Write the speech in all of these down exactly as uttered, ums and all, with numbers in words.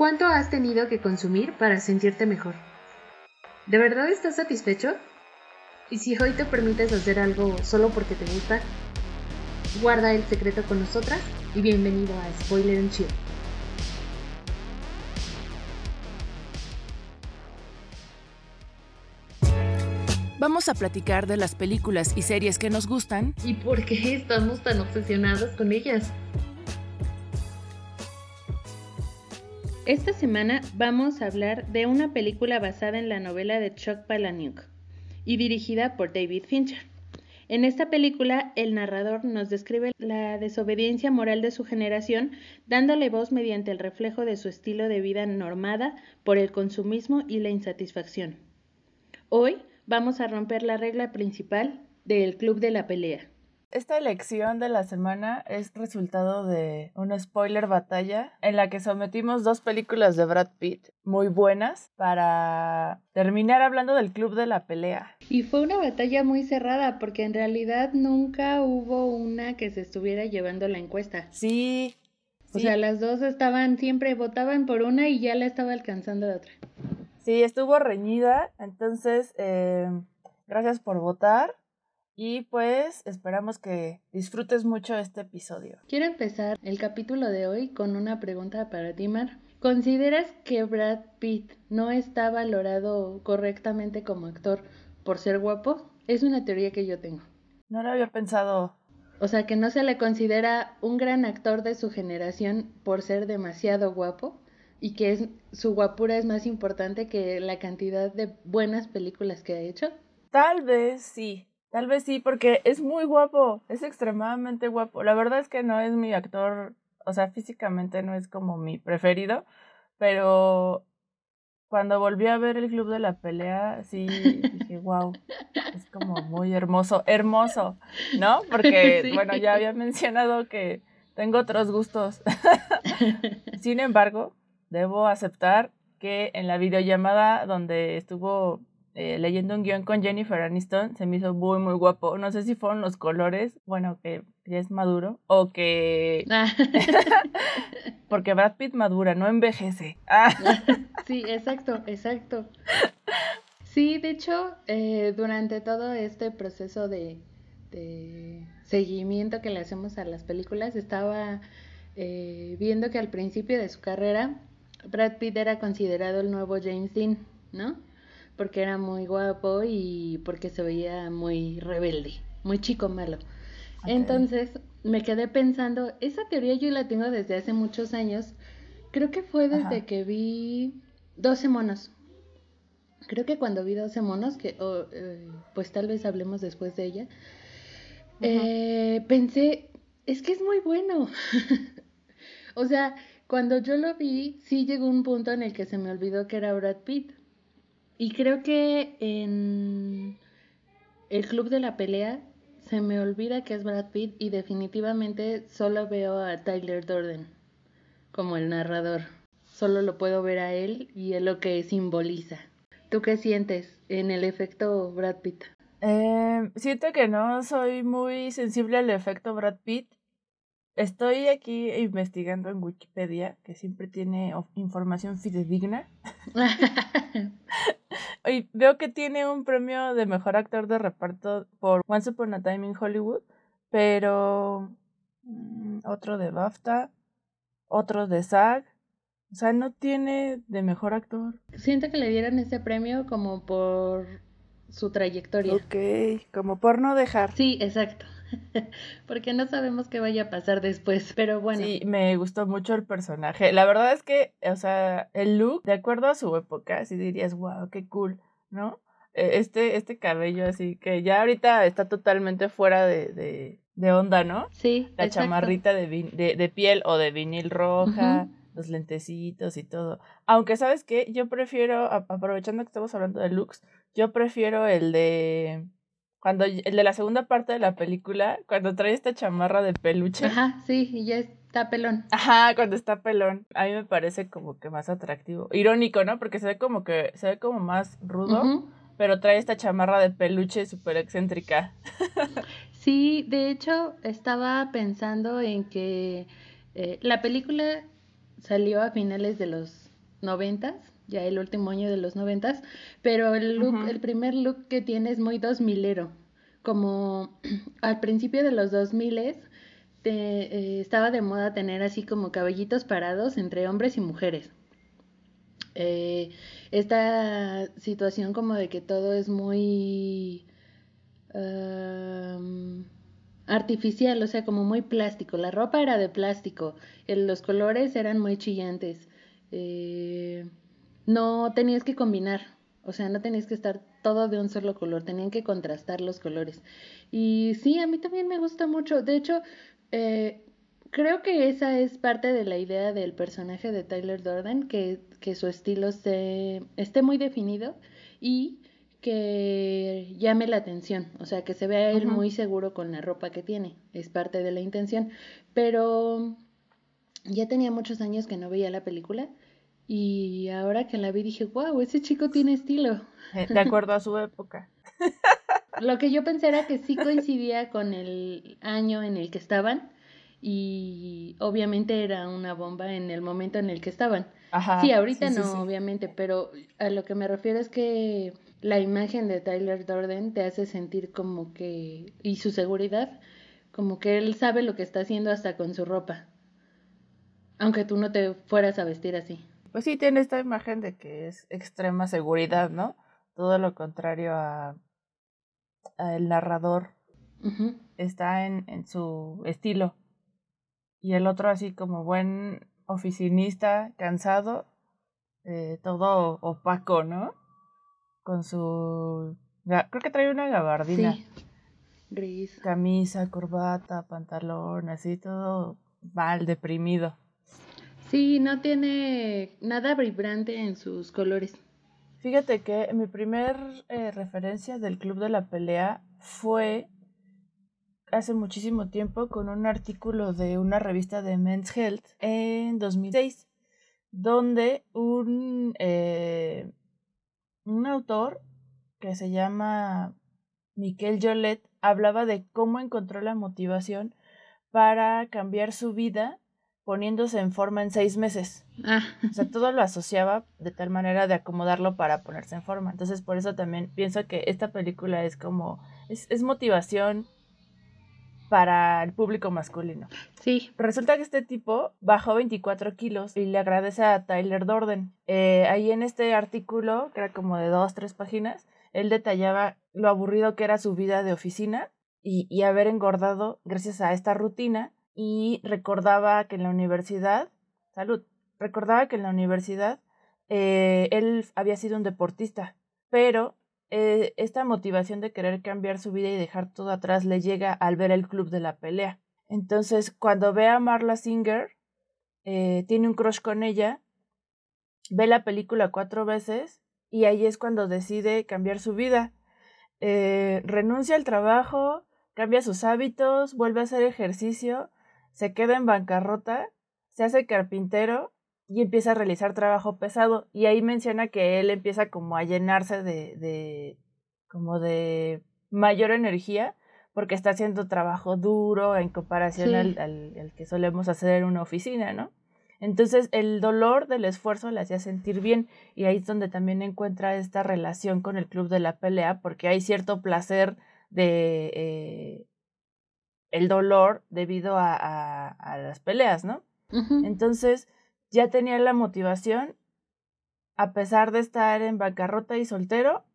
¿Cuánto has tenido que consumir para sentirte mejor? ¿De verdad estás satisfecho? ¿Y si hoy te permites hacer algo solo porque te gusta? Guarda el secreto con nosotras y bienvenido a Spoiler and Chill. Vamos a platicar de las películas y series que nos gustan y por qué estamos tan obsesionados con ellas. Esta semana vamos a hablar de una película basada en la novela de Chuck Palahniuk y dirigida por David Fincher. En esta película, el narrador nos describe la desobediencia moral de su generación, dándole voz mediante el reflejo de su estilo de vida normada por el consumismo y la insatisfacción. Hoy vamos a romper la regla principal del Club de la Pelea. Esta elección de la semana es resultado de una spoiler batalla en la que sometimos dos películas de Brad Pitt muy buenas para terminar hablando del Club de la Pelea. Y fue una batalla muy cerrada porque en realidad nunca hubo una que se estuviera llevando la encuesta. Sí. O sí. sea, las dos estaban, siempre votaban por una y ya la estaba alcanzando la otra. Sí, estuvo reñida, entonces eh, gracias por votar. Y pues esperamos que disfrutes mucho este episodio. Quiero empezar el capítulo de hoy con una pregunta para ti, Mar. ¿Consideras que Brad Pitt no está valorado correctamente como actor por ser guapo? Es una teoría que yo tengo. No lo había pensado. O sea, que no se le considera un gran actor de su generación por ser demasiado guapo y que es, su guapura es más importante que la cantidad de buenas películas que ha hecho. Tal vez sí. Tal vez sí, porque es muy guapo, es extremadamente guapo. La verdad es que no es mi actor, o sea, físicamente no es como mi preferido, pero cuando volví a ver el Club de la Pelea, sí dije, wow, es como muy hermoso, hermoso, ¿no? Porque, sí. Bueno, ya había mencionado que tengo otros gustos. Sin embargo, debo aceptar que en la videollamada donde estuvo Eh, leyendo un guión con Jennifer Aniston, se me hizo muy muy guapo. No sé si fueron los colores, bueno, que ya es maduro, o que porque Brad Pitt madura, no envejece. Sí, exacto, exacto. Sí, de hecho, eh, durante todo este proceso de, de seguimiento que le hacemos a las películas, estaba eh, viendo que al principio de su carrera, Brad Pitt era considerado el nuevo James Dean, ¿no? Porque era muy guapo y porque se veía muy rebelde, muy chico malo. Okay. Entonces me quedé pensando, esa teoría yo la tengo desde hace muchos años, creo que fue desde Ajá. que vi doce monos. Creo que cuando vi doce monos, que oh, eh, pues tal vez hablemos después de ella, eh, pensé, es que es muy bueno. O sea, cuando yo lo vi, sí llegó un punto en el que se me olvidó que era Brad Pitt. Y creo que en el Club de la Pelea se me olvida que es Brad Pitt y definitivamente solo veo a Tyler Durden como el narrador. Solo lo puedo ver a él y es lo que simboliza. ¿Tú qué sientes en el efecto Brad Pitt? Eh, siento que no soy muy sensible al efecto Brad Pitt. Estoy aquí investigando en Wikipedia, que siempre tiene información fidedigna. Y veo que tiene un premio de mejor actor de reparto por Once Upon a Time in Hollywood, pero mmm, otro de BAFTA, otro de SAG, o sea, no tiene de mejor actor. Siento que le dieron ese premio como por su trayectoria. Ok, como por no dejar. Sí, exacto. Porque no sabemos qué vaya a pasar después, pero bueno. Sí, me gustó mucho el personaje. La verdad es que, o sea, el look, de acuerdo a su época, sí dirías, wow, qué cool, ¿no? Este, este cabello así que ya ahorita está totalmente fuera de, de, de onda, ¿no? Sí, La exacto. chamarrita de, vin, de, de piel o de vinil roja, uh-huh. Los lentecitos y todo. Aunque, ¿sabes qué? Yo prefiero, aprovechando que estamos hablando de looks, yo prefiero el de... Cuando el de la segunda parte de la película, cuando trae esta chamarra de peluche. Ajá, sí, y ya está pelón. Ajá, cuando está pelón. A mí me parece como que más atractivo. Irónico, ¿no? Porque se ve como que, se ve como más rudo, uh-huh. Pero trae esta chamarra de peluche súper excéntrica. Sí, de hecho, estaba pensando en que eh, la película salió a finales de los noventas, ya el último año de los noventas, pero el look, uh-huh. el primer look que tiene es muy dos milero, como al principio de los dos miles te, eh, estaba de moda tener así como cabellitos parados entre hombres y mujeres. Eh, esta situación como de que todo es muy um, artificial, o sea, como muy plástico. La ropa era de plástico, el, los colores eran muy chillantes. Eh, no tenías que combinar, o sea, no tenías que estar todo de un solo color, tenían que contrastar los colores. Y sí, a mí también me gusta mucho. De hecho, eh, creo que esa es parte de la idea del personaje de Tyler Durden, que, que su estilo se, esté muy definido y que llame la atención, o sea, que se vea él uh-huh. muy seguro con la ropa que tiene, es parte de la intención. Pero ya tenía muchos años que no veía la película y ahora que la vi dije, wow, ese chico tiene estilo. De acuerdo a su época. Lo que yo pensé era que sí coincidía con el año en el que estaban y obviamente era una bomba en el momento en el que estaban. Ajá, sí, ahorita sí, no, sí, sí. obviamente, pero a lo que me refiero es que la imagen de Tyler Durden te hace sentir como que, y su seguridad, como que él sabe lo que está haciendo hasta con su ropa, aunque tú no te fueras a vestir así. Pues sí, tiene esta imagen de que es extrema seguridad, ¿no? Todo lo contrario a, a el narrador. Uh-huh. Está en, en su estilo. Y el otro así como buen oficinista, cansado, eh, todo opaco, ¿no? Con su... Creo que trae una gabardina. Sí, gris. Camisa, corbata, pantalón, así todo mal, deprimido. Sí, no tiene nada vibrante en sus colores. Fíjate que mi primer eh, referencia del Club de la Pelea fue hace muchísimo tiempo con un artículo de una revista de Men's Health en dos mil seis, donde un, eh, un autor que se llama Miquel Jolet hablaba de cómo encontró la motivación para cambiar su vida poniéndose en forma en seis meses. Ah. O sea, todo lo asociaba de tal manera de acomodarlo para ponerse en forma. Entonces, por eso también pienso que esta película es como, es, es motivación para el público masculino. Sí. Resulta que este tipo bajó veinticuatro kilos y le agradece a Tyler Durden. Eh, ahí en este artículo, que era como de dos, tres páginas, él detallaba lo aburrido que era su vida de oficina y, y haber engordado gracias a esta rutina, y recordaba que en la universidad, salud, recordaba que en la universidad eh, él había sido un deportista, pero Eh, esta motivación de querer cambiar su vida y dejar todo atrás le llega al ver el Club de la Pelea. Entonces, cuando ve a Marla Singer, eh, tiene un crush con ella, ve la película cuatro veces y ahí es cuando decide cambiar su vida. Eh, renuncia al trabajo, cambia sus hábitos, vuelve a hacer ejercicio, se queda en bancarrota, se hace carpintero y empieza a realizar trabajo pesado, y ahí menciona que él empieza como a llenarse de, de como de mayor energía porque está haciendo trabajo duro en comparación sí. al, al, al que solemos hacer en una oficina, ¿no? Entonces el dolor del esfuerzo le hacía sentir bien, y ahí es donde también encuentra esta relación con el Club de la Pelea, porque hay cierto placer de eh, el dolor debido a, a, a las peleas, ¿no? Uh-huh. Entonces ya tenía la motivación, a pesar de estar en bancarrota y soltero,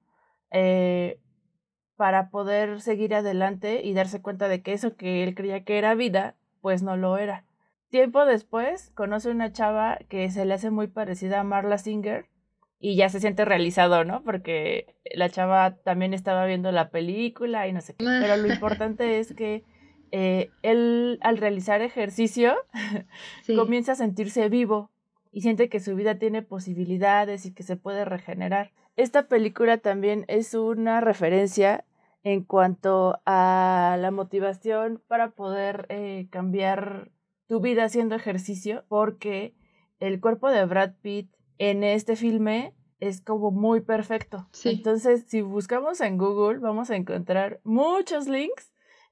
eh, para poder seguir adelante y darse cuenta de que eso que él creía que era vida, pues no lo era. Tiempo después, conoce una chava que se le hace muy parecida a Marla Singer y ya se siente realizado, ¿no? Porque la chava también estaba viendo la película y no sé qué. Pero lo importante es que Eh, él, al realizar ejercicio, sí. comienza a sentirse vivo y siente que su vida tiene posibilidades y que se puede regenerar. Esta película también es una referencia en cuanto a la motivación para poder eh, cambiar tu vida haciendo ejercicio, porque el cuerpo de Brad Pitt en este filme es como muy perfecto. Sí. Entonces, si buscamos en Google, vamos a encontrar muchos links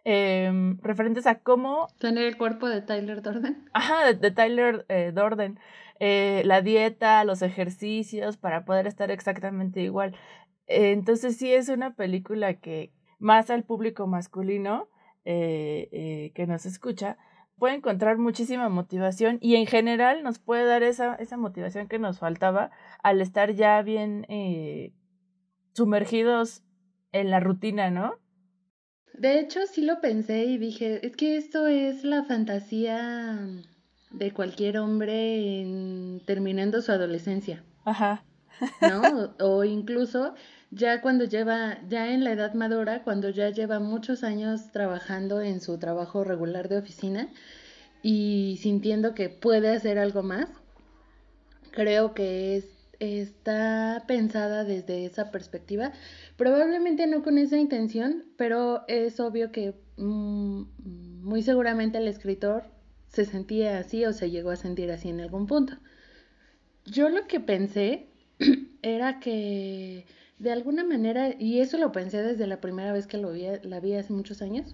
eh, referentes a cómo... Tener el cuerpo de Tyler Durden. Ajá, de, de Tyler eh, Durden. Eh, la dieta, los ejercicios, para poder estar exactamente igual. Eh, entonces sí es una película que más al público masculino eh, eh, que nos escucha puede encontrar muchísima motivación y en general nos puede dar esa, esa motivación que nos faltaba al estar ya bien eh, sumergidos en la rutina, ¿no? De hecho, sí lo pensé y dije, es que esto es la fantasía de cualquier hombre en, terminando su adolescencia. Ajá. ¿No? O, o incluso ya cuando lleva, ya en la edad madura, cuando ya lleva muchos años trabajando en su trabajo regular de oficina y sintiendo que puede hacer algo más, creo que es, está pensada desde esa perspectiva, probablemente no con esa intención, pero es obvio que mmm, muy seguramente el escritor se sentía así o se llegó a sentir así en algún punto. Yo lo que pensé era que de alguna manera, y eso lo pensé desde la primera vez que lo vi, la vi hace muchos años,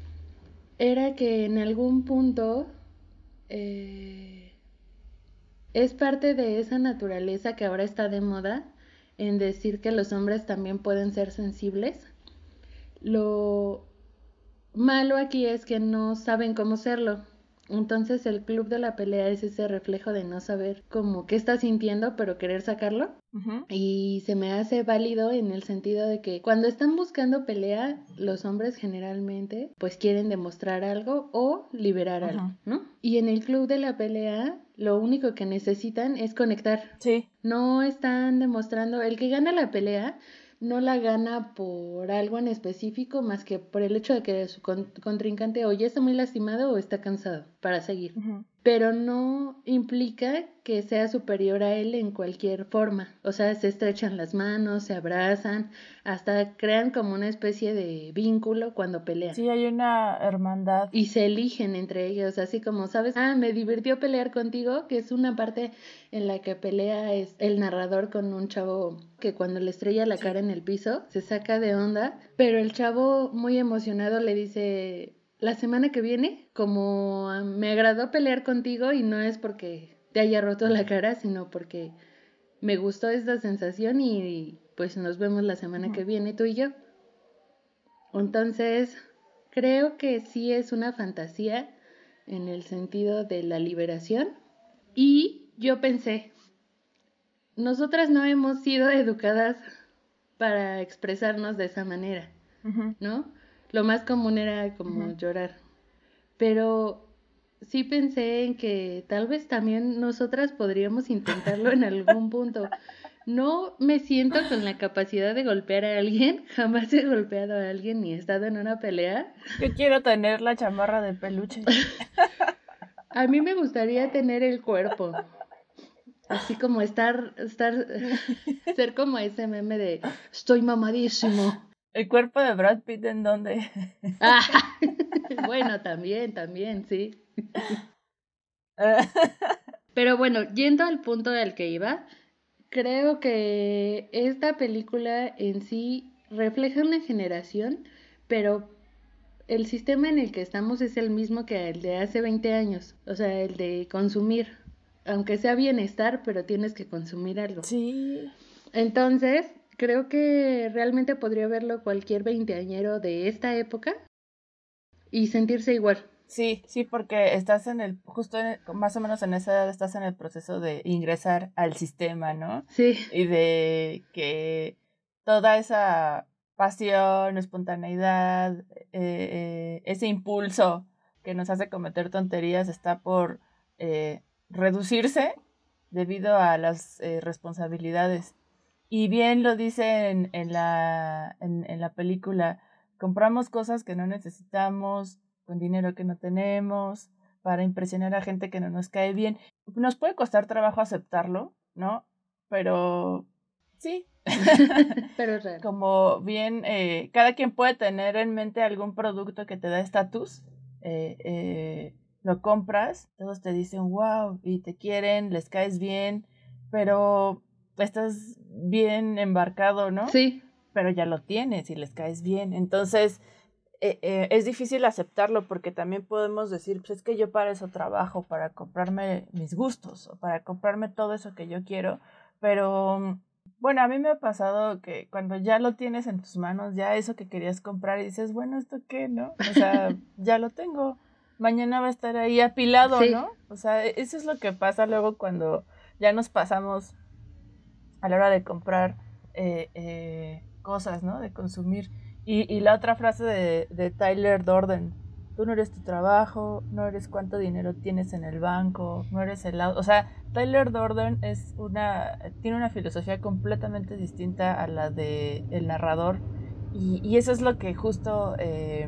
era que en algún punto eh, es parte de esa naturaleza que ahora está de moda en decir que los hombres también pueden ser sensibles. Lo malo aquí es que no saben cómo serlo. Entonces el club de la pelea es ese reflejo de no saber cómo qué está sintiendo, pero querer sacarlo. Uh-huh. Y se me hace válido en el sentido de que cuando están buscando pelea, los hombres generalmente pues quieren demostrar algo o liberar uh-huh. algo, ¿no? Y en el club de la pelea lo único que necesitan es conectar. Sí. No están demostrando, el que gana la pelea no la gana por algo en específico más que por el hecho de que su contrincante o ya está muy lastimado o está cansado para seguir. Uh-huh. Pero no implica que sea superior a él en cualquier forma. O sea, se estrechan las manos, se abrazan, hasta crean como una especie de vínculo cuando pelean. Sí, hay una hermandad. Y se eligen entre ellos, así como, ¿sabes? Ah, me divirtió pelear contigo, que es una parte en la que pelea es el narrador con un chavo que cuando le estrella la sí. cara en el piso, se saca de onda, pero el chavo muy emocionado le dice... La semana que viene, como me agradó pelear contigo y no es porque te haya roto la cara, sino porque me gustó esta sensación y pues nos vemos la semana uh-huh. que viene tú y yo. Entonces, creo que sí es una fantasía en el sentido de la liberación y yo pensé, nosotras no hemos sido educadas para expresarnos de esa manera, uh-huh. ¿no? Lo más común era como uh-huh. llorar. Pero sí pensé en que tal vez también nosotras podríamos intentarlo en algún punto. No me siento con la capacidad de golpear a alguien. Jamás he golpeado a alguien ni he estado en una pelea. Yo quiero tener la chamarra de peluche. A mí me gustaría tener el cuerpo. Así como estar, estar, ser como ese meme de estoy mamadísimo. ¿El cuerpo de Brad Pitt en dónde? Ah, bueno, también, también, sí. Pero bueno, yendo al punto al que iba, creo que esta película en sí refleja una generación, pero el sistema en el que estamos es el mismo que el de hace veinte años, o sea, el de consumir, aunque sea bienestar, pero tienes que consumir algo. Sí. Entonces... creo que realmente podría verlo cualquier veinteañero de esta época y sentirse igual. Sí, sí, porque estás en el, justo en, más o menos en esa edad estás en el proceso de ingresar al sistema, ¿no? Sí. Y de que toda esa pasión, espontaneidad, eh, eh, ese impulso que nos hace cometer tonterías está por eh, reducirse debido a las eh, responsabilidades. Y bien lo dice en, en, la, en, en la película, compramos cosas que no necesitamos, con dinero que no tenemos, para impresionar a gente que no nos cae bien. Nos puede costar trabajo aceptarlo, ¿no? Pero sí. Pero es real. Como bien, eh, cada quien puede tener en mente algún producto que te da estatus, eh, eh, lo compras, todos te dicen wow, y te quieren, les caes bien, pero... estás bien embarcado, ¿no? Sí. Pero ya lo tienes y les caes bien. Entonces, eh, eh, es difícil aceptarlo porque también podemos decir, pues es que yo para eso trabajo, para comprarme mis gustos o para comprarme todo eso que yo quiero, pero bueno, a mí me ha pasado que cuando ya lo tienes en tus manos, ya eso que querías comprar y dices, bueno, ¿esto qué, no? O sea, ya lo tengo, mañana va a estar ahí apilado, Sí. ¿no? O sea, eso es lo que pasa luego cuando ya nos pasamos a la hora de comprar eh, eh, cosas, ¿no? De consumir. Y, y la otra frase de, de Tyler Durden, tú no eres tu trabajo, no eres cuánto dinero tienes en el banco, no eres el auto. O sea, Tyler Durden es una, tiene una filosofía completamente distinta a la de el narrador. Y, y eso es lo que justo eh,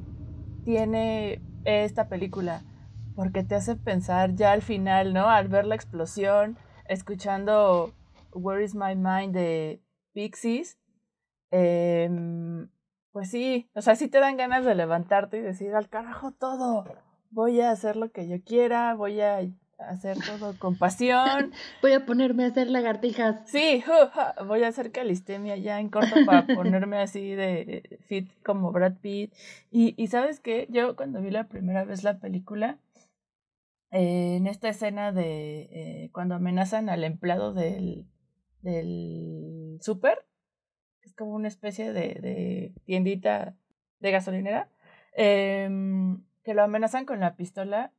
tiene esta película, porque te hace pensar ya al final, ¿no? Al ver la explosión, escuchando Where is My Mind de Pixies, eh, pues sí, o sea, sí te dan ganas de levantarte y decir, al carajo todo, voy a hacer lo que yo quiera, voy a hacer todo con pasión. Voy a ponerme a hacer lagartijas. Sí, uh, uh, voy a hacer calistemia ya en corto para ponerme así de fit como Brad Pitt. Y, y ¿sabes qué? Yo cuando vi la primera vez la película, eh, en esta escena de eh, cuando amenazan al empleado del, del súper, es como una especie de, de tiendita de gasolinera, eh, que lo amenazan con la pistola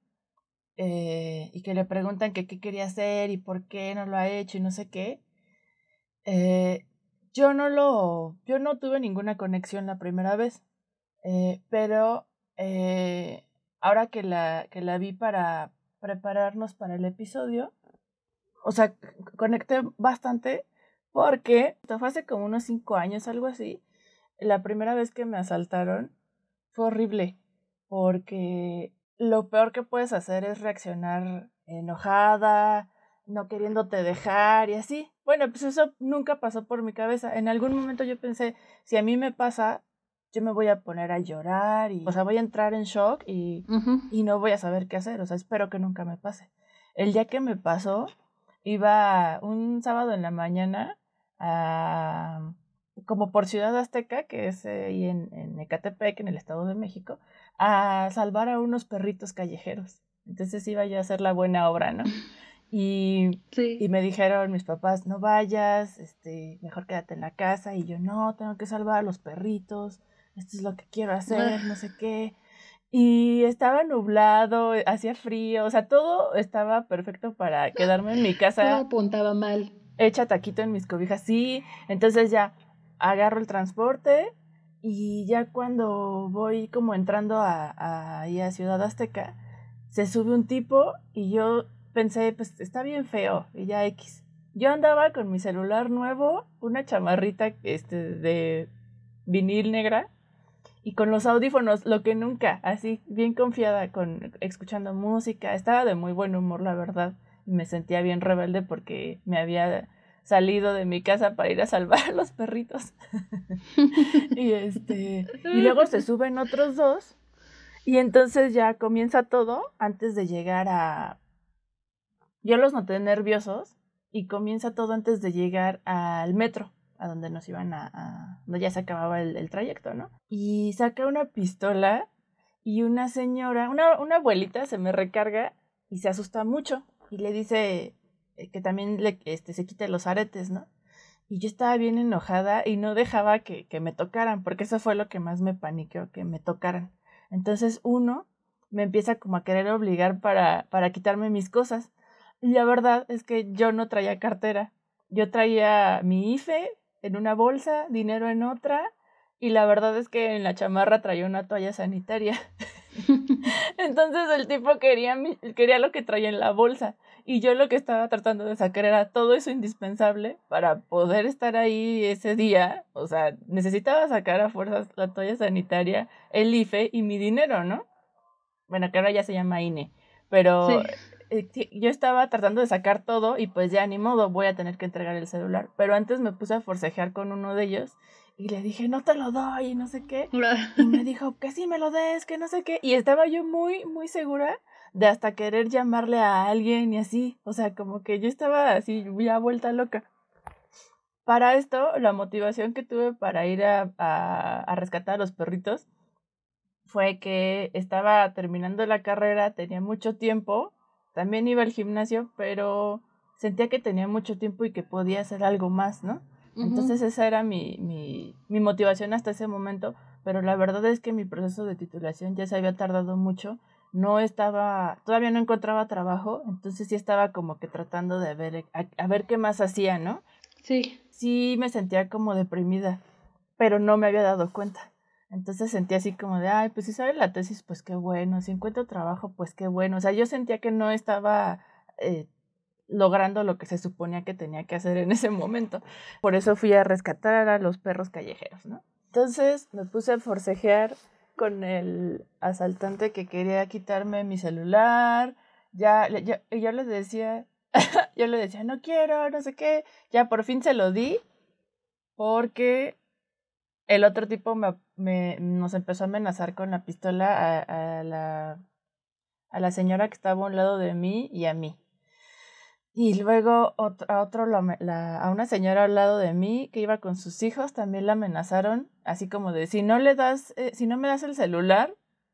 eh, y que le preguntan que qué quería hacer y por qué no lo ha hecho y no sé qué. Eh, yo no lo, yo no tuve ninguna conexión la primera vez, eh, pero eh, ahora que la, que la vi para prepararnos para el episodio, o sea, conecté bastante porque esto fue hace como unos cinco años, algo así. La primera vez que me asaltaron fue horrible porque lo peor que puedes hacer es reaccionar enojada, no queriéndote dejar y así. Bueno, pues eso nunca pasó por mi cabeza. En algún momento yo pensé, si a mí me pasa, yo me voy a poner a llorar y, o sea, voy a entrar en shock y, uh-huh. y no voy a saber qué hacer. O sea, espero que nunca me pase. El día que me pasó, iba un sábado en la mañana a, como por Ciudad Azteca, que es ahí en, en Ecatepec, en el Estado de México, a salvar a unos perritos callejeros. Entonces iba yo a hacer la buena obra, ¿no? Y, sí. y me dijeron mis papás, no vayas, este, mejor quédate en la casa. Y yo, no, tengo que salvar a los perritos, esto es lo que quiero hacer, no sé qué. Y estaba nublado, hacía frío, o sea, todo estaba perfecto para quedarme en mi casa. Todo apuntaba mal. Hecha taquito en mis cobijas, sí. Entonces ya agarro el transporte y ya cuando voy como entrando a, a, ahí a Ciudad Azteca, se sube un tipo y yo pensé, pues está bien feo, y ya X. Yo andaba con mi celular nuevo, una chamarrita este, de vinil negra, y con los audífonos, lo que nunca, así, bien confiada, con escuchando música. Estaba de muy buen humor, la verdad. Y me sentía bien rebelde porque me había salido de mi casa para ir a salvar a los perritos. y este y luego se suben otros dos. Y entonces ya comienza todo antes de llegar a... Yo los noté nerviosos y comienza todo antes de llegar al metro, a donde nos iban a, a donde ya se acababa el, el trayecto, ¿no? Y saca una pistola y una señora, una, una abuelita se me recarga y se asusta mucho y le dice que también le, este, se quite los aretes, ¿no? Y yo estaba bien enojada y no dejaba que, que me tocaran, porque eso fue lo que más me paniqueó, que me tocaran. Entonces uno me empieza como a querer obligar para, para quitarme mis cosas. Y la verdad es que yo no traía cartera. Yo traía mi I F E en una bolsa, dinero en otra, y la verdad es que en la chamarra traía una toalla sanitaria. Entonces el tipo quería, mi, quería lo que traía en la bolsa, y yo lo que estaba tratando de sacar era todo eso indispensable para poder estar ahí ese día. O sea, necesitaba sacar a fuerzas la toalla sanitaria, el I F E y mi dinero, ¿no? Bueno, que ahora ya se llama I N E, pero... Sí. Yo estaba tratando de sacar todo y pues ya ni modo, voy a tener que entregar el celular. Pero antes me puse a forcejear con uno de ellos y le dije, no te lo doy y no sé qué. Y me dijo, que sí me lo des, que no sé qué. Y estaba yo muy, muy segura de hasta querer llamarle a alguien y así. O sea, como que yo estaba así ya vuelta loca. Para esto, la motivación que tuve para ir a, a, a rescatar a los perritos fue que estaba terminando la carrera, tenía mucho tiempo, también iba al gimnasio, pero sentía que tenía mucho tiempo y que podía hacer algo más, ¿no? Uh-huh. Entonces esa era mi, mi, mi motivación hasta ese momento, pero la verdad es que mi proceso de titulación ya se había tardado mucho, no estaba, todavía no encontraba trabajo, entonces sí estaba como que tratando de ver, a, a ver qué más hacía, ¿no? Sí. Sí me sentía como deprimida, pero no me había dado cuenta. Entonces sentía así como de, ay, pues si sale la tesis, pues qué bueno, si encuentro trabajo, pues qué bueno. O sea, yo sentía que no estaba eh, logrando lo que se suponía que tenía que hacer en ese momento. Por eso fui a rescatar a los perros callejeros, ¿no? Entonces me puse a forcejear con el asaltante que quería quitarme mi celular. Ya, ya yo le decía, yo le decía, no quiero, no sé qué. Ya por fin se lo di porque el otro tipo me, me, nos empezó a amenazar con la pistola a, a, la, a la señora que estaba a un lado de mí y a mí. Y luego otro, a, otro, la, la, a una señora al lado de mí que iba con sus hijos también la amenazaron, así como de, si no le das, eh, si no me das el celular,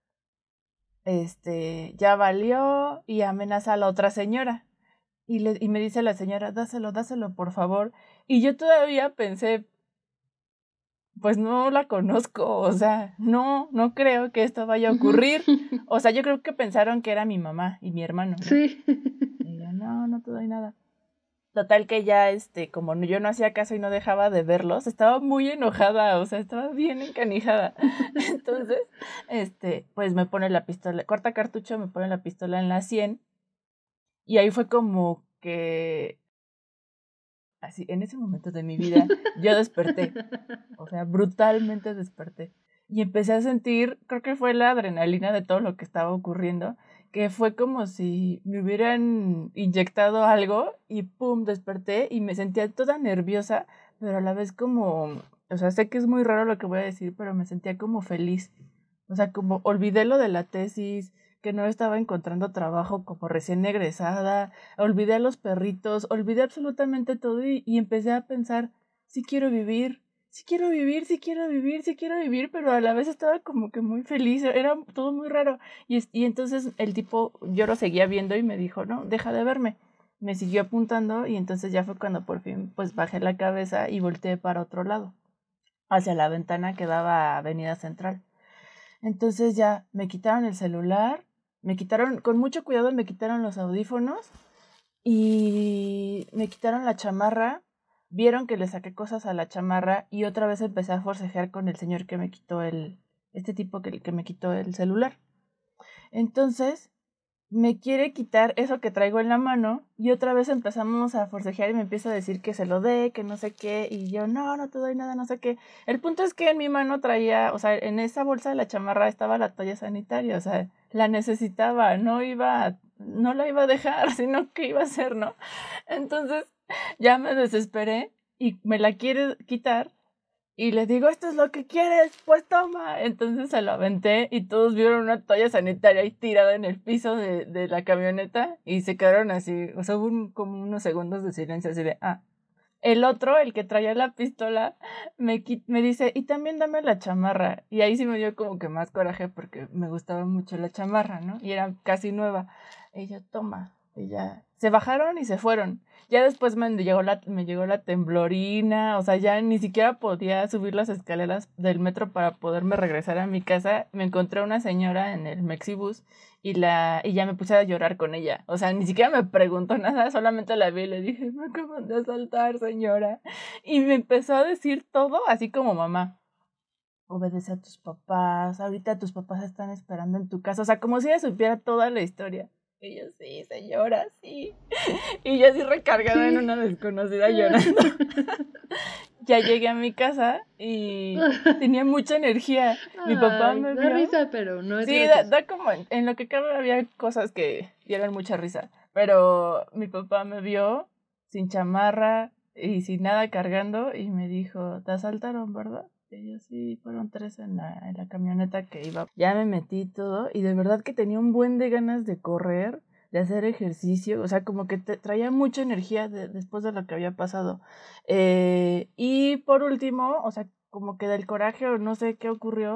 este, ya valió, y amenaza a la otra señora. Y, le, y me dice la señora, dáselo, dáselo, por favor. Y yo todavía pensé, pues no la conozco, o sea, no, no creo que esto vaya a ocurrir. O sea, yo creo que pensaron que era mi mamá y mi hermano, ¿no? Sí. Y yo, no, no te doy nada. Total que ya, este, como yo no hacía caso y no dejaba de verlos, estaba muy enojada, o sea, estaba bien encanijada. Entonces, este, pues me pone la pistola, corta cartucho, me pone la pistola en la sien, y ahí fue como que, así, en ese momento de mi vida, yo desperté, o sea, brutalmente desperté. Y empecé a sentir, creo que fue la adrenalina de todo lo que estaba ocurriendo, que fue como si me hubieran inyectado algo y pum, desperté y me sentía toda nerviosa, pero a la vez como, o sea, sé que es muy raro lo que voy a decir, pero me sentía como feliz. O sea, como olvidé lo de la tesis, que no estaba encontrando trabajo como recién egresada, olvidé a los perritos, olvidé absolutamente todo y, y empecé a pensar, sí quiero vivir, sí quiero vivir, sí quiero vivir, sí quiero vivir, pero a la vez estaba como que muy feliz, era todo muy raro. Y, y entonces el tipo, yo lo seguía viendo y me dijo, no, deja de verme. Me siguió apuntando y entonces ya fue cuando por fin pues bajé la cabeza y volteé para otro lado, hacia la ventana que daba a Avenida Central. Entonces ya me quitaron el celular, me quitaron, con mucho cuidado me quitaron los audífonos y me quitaron la chamarra. Vieron que le saqué cosas a la chamarra y otra vez empecé a forcejear con el señor que me quitó el, este tipo que, que me quitó el celular. Entonces me quiere quitar eso que traigo en la mano y otra vez empezamos a forcejear y me empieza a decir que se lo dé, que no sé qué, y yo, no, no te doy nada, no sé qué. El punto es que en mi mano traía, o sea, en esa bolsa de la chamarra estaba la toalla sanitaria, o sea, la necesitaba, no iba, no la iba a dejar, sino que iba a hacer, ¿no? Entonces ya me desesperé y me la quiere quitar. Y le digo, esto es lo que quieres, pues toma. Entonces se lo aventé y todos vieron una toalla sanitaria ahí tirada en el piso de, de la camioneta y se quedaron así, o sea, hubo un, como unos segundos de silencio así de, ah. El otro, el que traía la pistola, me, me dice, y también dame la chamarra. Y ahí sí me dio como que más coraje porque me gustaba mucho la chamarra, ¿no? Y era casi nueva. Y yo, toma. Y ya, se bajaron y se fueron. Ya después me llegó la, me llegó la temblorina, o sea, ya ni siquiera podía subir las escaleras del metro para poderme regresar a mi casa. Me encontré a una señora en el Mexibus y, la, y ya me puse a llorar con ella. O sea, ni siquiera me preguntó nada, solamente la vi y le dije, me acaban de asaltar, señora. Y me empezó a decir todo así como mamá. Obedece a tus papás, ahorita tus papás están esperando en tu casa. O sea, como si ella supiera toda la historia. Y yo, sí, señora, sí. Y yo así recargada sí. en una desconocida llorando. Ya llegué a mi casa y tenía mucha energía. Mi papá Ay, me da vio. risa, pero no es Sí, da, da como, en, en lo que cabe había cosas que dieron mucha risa. Pero mi papá me vio sin chamarra y sin nada cargando y me dijo, te asaltaron, ¿verdad? Y yo, sí, fueron tres en la, en la camioneta que iba. Ya me metí todo y de verdad que tenía un buen de ganas de correr, de hacer ejercicio, o sea, como que te traía mucha energía de, después de lo que había pasado. Eh, y por último, o sea, como que del coraje o no sé qué ocurrió,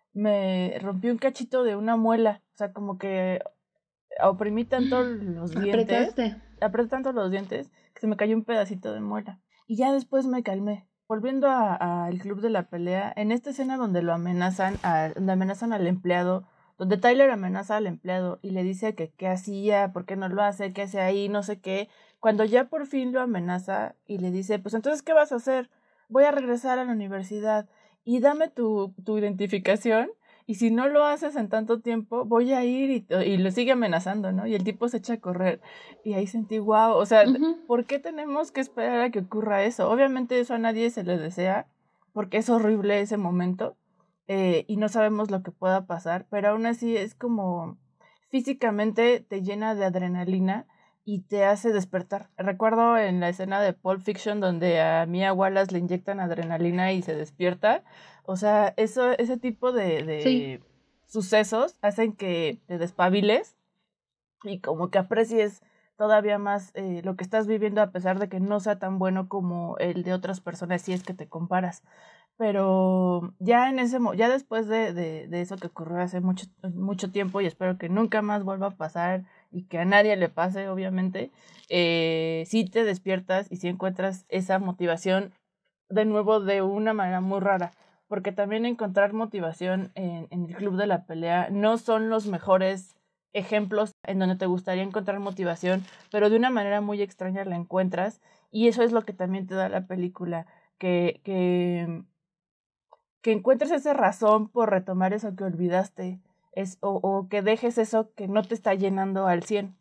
me rompí un cachito de una muela. O sea, como que oprimí tanto los dientes, Apretaste. apreté tanto los dientes, que se me cayó un pedacito de muela. Y ya después me calmé. Volviendo al club de la pelea, en esta escena donde lo amenazan, a, donde amenazan al empleado, donde Tyler amenaza al empleado y le dice que qué hacía, por qué no lo hace, qué hace ahí, no sé qué. Cuando ya por fin lo amenaza y le dice, pues entonces, ¿qué vas a hacer? Voy a regresar a la universidad y dame tu, tu identificación. Y si no lo haces en tanto tiempo, voy a ir y, y lo sigue amenazando, ¿no? Y el tipo se echa a correr. Y ahí sentí, wow, o sea, Ujú. ¿por qué tenemos que esperar a que ocurra eso? Obviamente eso a nadie se le desea, porque es horrible ese momento eh, y no sabemos lo que pueda pasar, pero aún así es como físicamente te llena de adrenalina y te hace despertar. Recuerdo en la escena de Pulp Fiction donde a Mia Wallace le inyectan adrenalina y se despierta. O sea, eso, ese tipo de, Sí. de sucesos hacen que te despabiles y como que aprecies todavía más eh, lo que estás viviendo a pesar de que no sea tan bueno como el de otras personas si es que te comparas. Pero ya en ese mo ya después de, de, de eso que ocurrió hace mucho, mucho tiempo y espero que nunca más vuelva a pasar y que a nadie le pase, obviamente, eh, sí te despiertas y sí encuentras esa motivación de nuevo de una manera muy rara, porque también encontrar motivación en, en el club de la pelea no son los mejores ejemplos en donde te gustaría encontrar motivación, pero de una manera muy extraña la encuentras y eso es lo que también te da la película, que, que, que encuentres esa razón por retomar eso que olvidaste es, o, o que dejes eso que no te está llenando al cien.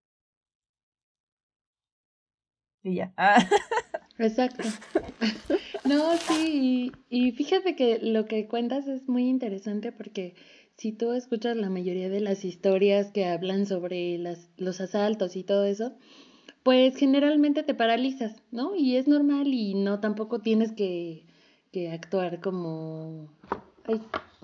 Y ya. Ah. Exacto. No, sí, y, y fíjate que lo que cuentas es muy interesante porque si tú escuchas la mayoría de las historias que hablan sobre las, los asaltos y todo eso, pues generalmente te paralizas, ¿no? Y es normal y no tampoco tienes que, que actuar como... Ay,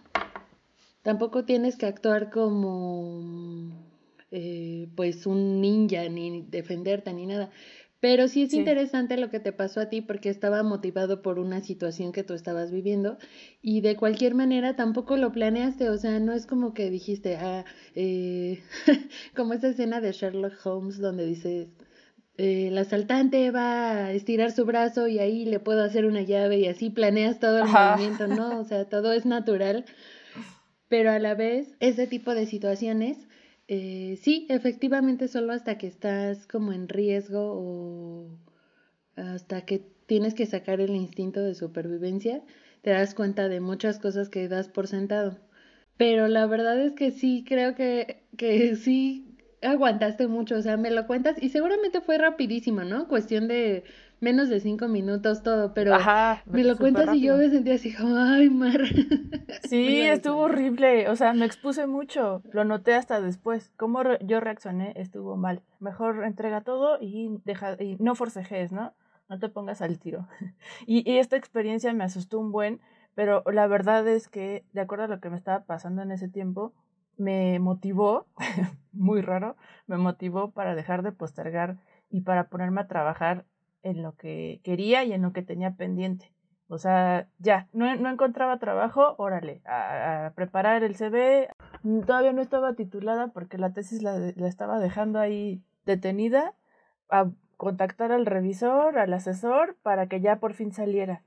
tampoco tienes que actuar como... eh, pues un ninja, ni defenderte, ni nada. Pero sí es Sí. interesante lo que te pasó a ti porque estaba motivado por una situación que tú estabas viviendo y de cualquier manera tampoco lo planeaste, o sea, no es como que dijiste, ah, eh, como esa escena de Sherlock Holmes donde dices, eh, el asaltante va a estirar su brazo y ahí le puedo hacer una llave y así planeas todo el Ajá. movimiento, ¿no? O sea, todo es natural, pero a la vez ese tipo de situaciones, eh, sí, efectivamente solo hasta que estás como en riesgo o hasta que tienes que sacar el instinto de supervivencia, te das cuenta de muchas cosas que das por sentado. Pero la verdad es que sí, creo que, que sí aguantaste mucho, o sea, me lo cuentas y seguramente fue rapidísimo, ¿no? Cuestión de menos de cinco minutos todo, pero Ajá, me lo súper cuentas y yo rápido. me sentía así como, ay, Mar, me Sí, iba a estuvo desmayar. horrible, o sea, me expuse mucho, lo noté hasta después. Cómo re yo reaccioné estuvo mal. Mejor entrega todo y deja y no forcejes, ¿no? No te pongas al tiro. Y, y esta experiencia me asustó un buen, pero la verdad es que, de acuerdo a lo que me estaba pasando en ese tiempo, me motivó, muy raro, me motivó para dejar de postergar y para ponerme a trabajar en lo que quería y en lo que tenía pendiente. O sea, ya, no, no encontraba trabajo, órale, a, a preparar el C V. Todavía no estaba titulada porque la tesis la, la estaba dejando ahí detenida, a contactar al revisor, al asesor, para que ya por fin saliera.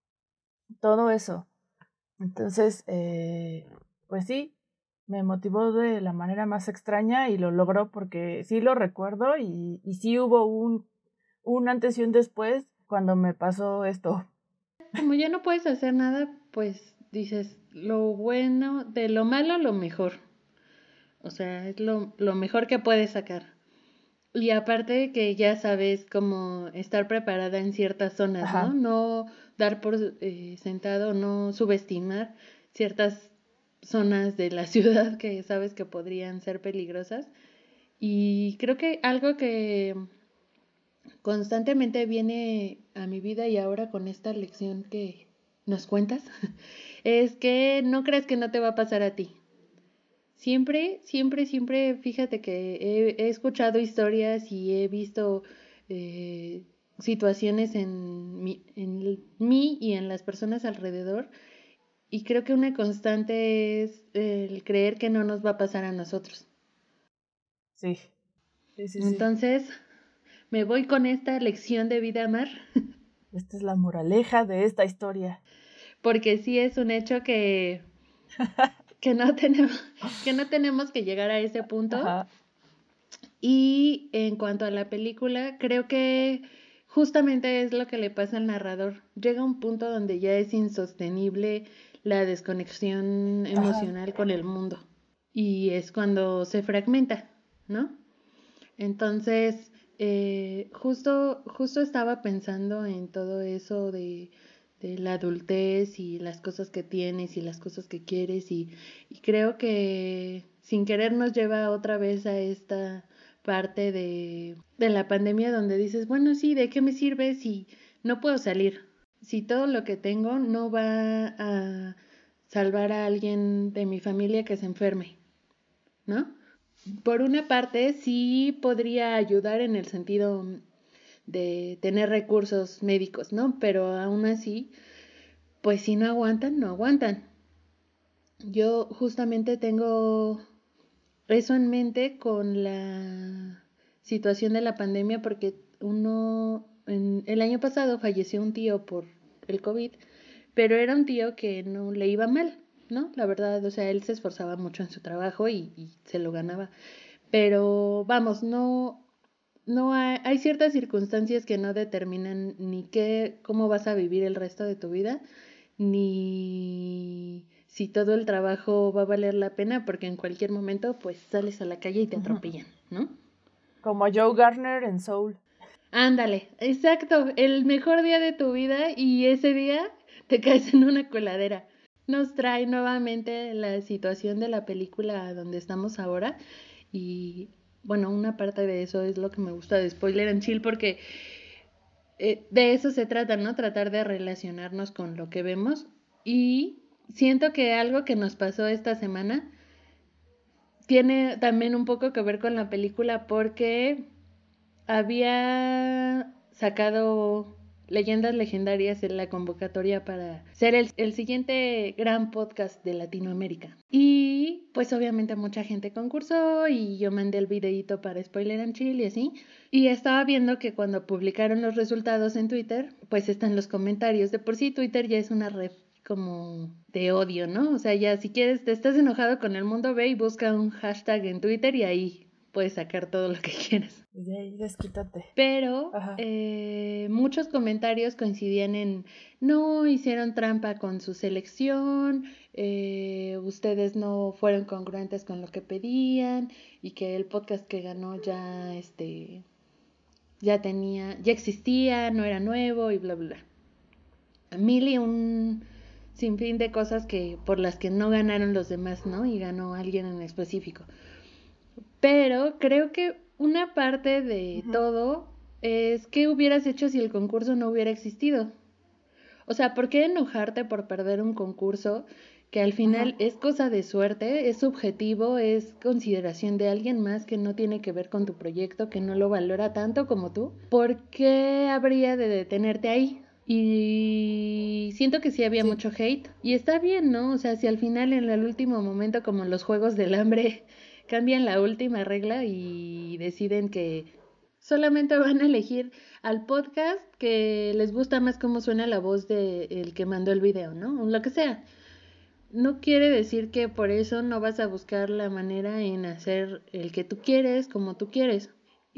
Todo eso. Entonces, eh, pues sí, me motivó de la manera más extraña y lo logró porque sí lo recuerdo y, y sí hubo un, un antes y un después cuando me pasó esto. Como ya no puedes hacer nada, pues dices lo bueno, de lo malo lo mejor. O sea, es lo, lo mejor que puedes sacar. Y aparte que ya sabes cómo estar preparada en ciertas zonas, ¿no? Ajá. No dar por eh, sentado, no subestimar ciertas zonas de la ciudad que sabes que podrían ser peligrosas. Y creo que algo que constantemente viene a mi vida y ahora con esta lección que nos cuentas, es que no creas que no te va a pasar a ti. Siempre, siempre, siempre, fíjate que he, he escuchado historias y he visto eh, situaciones en mi, en mí y en las personas alrededor y creo que una constante es el creer que no nos va a pasar a nosotros. Sí, sí, sí, sí. Entonces, me voy con esta lección de vida, Mar. Esta es la moraleja de esta historia. Porque sí es un hecho que, que, no tenemos, que no tenemos que llegar a ese punto. Ajá. Y en cuanto a la película, creo que justamente es lo que le pasa al narrador. Llega un punto donde ya es insostenible la desconexión emocional Ajá. con el mundo. Y es cuando se fragmenta, ¿no? Entonces, eh, justo, justo estaba pensando en todo eso de, de la adultez y las cosas que tienes y las cosas que quieres y, y creo que sin querer nos lleva otra vez a esta parte de, de la pandemia donde dices, bueno, sí, ¿de qué me sirve si no puedo salir? Si todo lo que tengo no va a salvar a alguien de mi familia que se enferme, ¿no? Por una parte, sí podría ayudar en el sentido de tener recursos médicos, ¿no? Pero aún así, pues si no aguantan, no aguantan. Yo justamente tengo eso en mente con la situación de la pandemia porque uno, en, el año pasado falleció un tío por el COVID, pero era un tío que no le iba mal, ¿no? La verdad, o sea, él se esforzaba mucho en su trabajo y, y se lo ganaba. Pero vamos, no, no hay, hay ciertas circunstancias que no determinan ni qué, cómo vas a vivir el resto de tu vida, ni si todo el trabajo va a valer la pena, porque en cualquier momento pues sales a la calle y te atropellan, ¿no? Como Joe Garner en Soul. Ándale, exacto, el mejor día de tu vida y ese día te caes en una coladera. Nos trae nuevamente la situación de la película donde estamos ahora y bueno, una parte de eso es lo que me gusta de Spoiler and Chill porque eh, de eso se trata, ¿no? Tratar de relacionarnos con lo que vemos y siento que algo que nos pasó esta semana tiene también un poco que ver con la película porque había sacado Leyendas Legendarias en la convocatoria para ser el, el siguiente gran podcast de Latinoamérica. Y pues obviamente mucha gente concursó y yo mandé el videíto para Spoiler and Chill y así. Y estaba viendo que cuando publicaron los resultados en Twitter, pues están los comentarios. De por sí Twitter ya es una red como de odio, ¿no? O sea, ya si quieres, te estás enojado con el mundo, ve y busca un hashtag en Twitter y ahí puedes sacar todo lo que quieras. Y ahí desquítate. Pero eh, muchos comentarios coincidían en no hicieron trampa con su selección, eh, ustedes no fueron congruentes con lo que pedían y que el podcast que ganó ya este ya tenía, ya existía, no era nuevo y bla bla bla. Mil y un sinfín de cosas que por las que no ganaron los demás, ¿no? Y ganó alguien en específico. Pero creo que una parte de uh-huh. todo es qué hubieras hecho si el concurso no hubiera existido. O sea, ¿por qué enojarte por perder un concurso que al final uh-huh. es cosa de suerte, es subjetivo, es consideración de alguien más que no tiene que ver con tu proyecto, que no lo valora tanto como tú? ¿Por qué habría de detenerte ahí? Y siento que sí había sí. mucho hate. Y está bien, ¿no? O sea, si al final en el último momento, como en los Juegos del Hambre, cambian la última regla y deciden que solamente van a elegir al podcast que les gusta más cómo suena la voz de el que mandó el video, ¿no? O lo que sea. No quiere decir que por eso no vas a buscar la manera en hacer el que tú quieres, como tú quieres.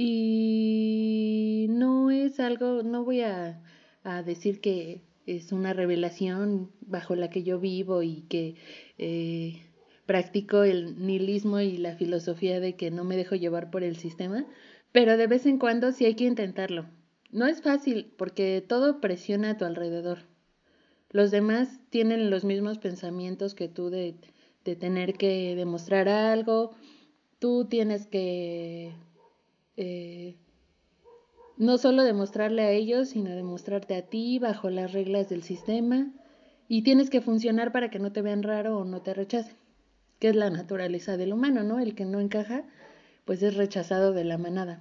Y no es algo, no voy a, a decir que es una revelación bajo la que yo vivo y que eh, practico el nihilismo y la filosofía de que no me dejo llevar por el sistema, pero de vez en cuando sí hay que intentarlo. No es fácil porque todo presiona a tu alrededor. Los demás tienen los mismos pensamientos que tú de, de tener que demostrar algo. Tú tienes que eh, no solo demostrarle a ellos, sino demostrarte a ti bajo las reglas del sistema. Y tienes que funcionar para que no te vean raro o no te rechacen, que es la naturaleza del humano, ¿no? El que no encaja, pues es rechazado de la manada.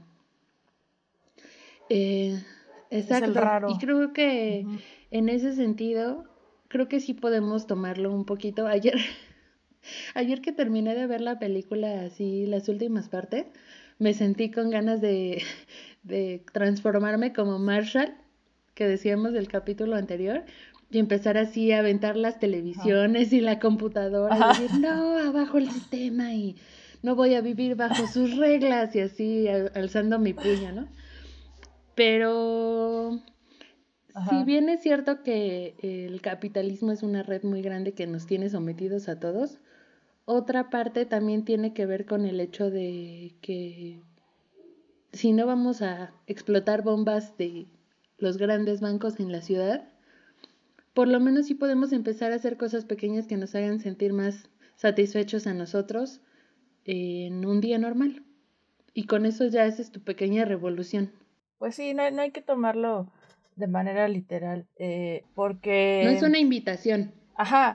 Eh, exacto. Es el raro. Y creo que uh-huh. en ese sentido creo que sí podemos tomarlo un poquito. Ayer, ayer que terminé de ver la película, así las últimas partes, me sentí con ganas de, de transformarme como Marshall, que decíamos del capítulo anterior, y empezar así a aventar las Ajá. televisiones y la computadora y Ajá. decir, no, abajo el sistema y no voy a vivir bajo sus reglas y así al- alzando mi puño, ¿no? Pero si Ajá. bien es cierto que el capitalismo es una red muy grande que nos tiene sometidos a todos, otra parte también tiene que ver con el hecho de que si no vamos a explotar bombas de los grandes bancos en la ciudad, por lo menos sí podemos empezar a hacer cosas pequeñas que nos hagan sentir más satisfechos a nosotros en un día normal. Y con eso ya haces tu pequeña revolución. Pues sí, no, no hay que tomarlo de manera literal, eh, No es porque, una invitación. ajá,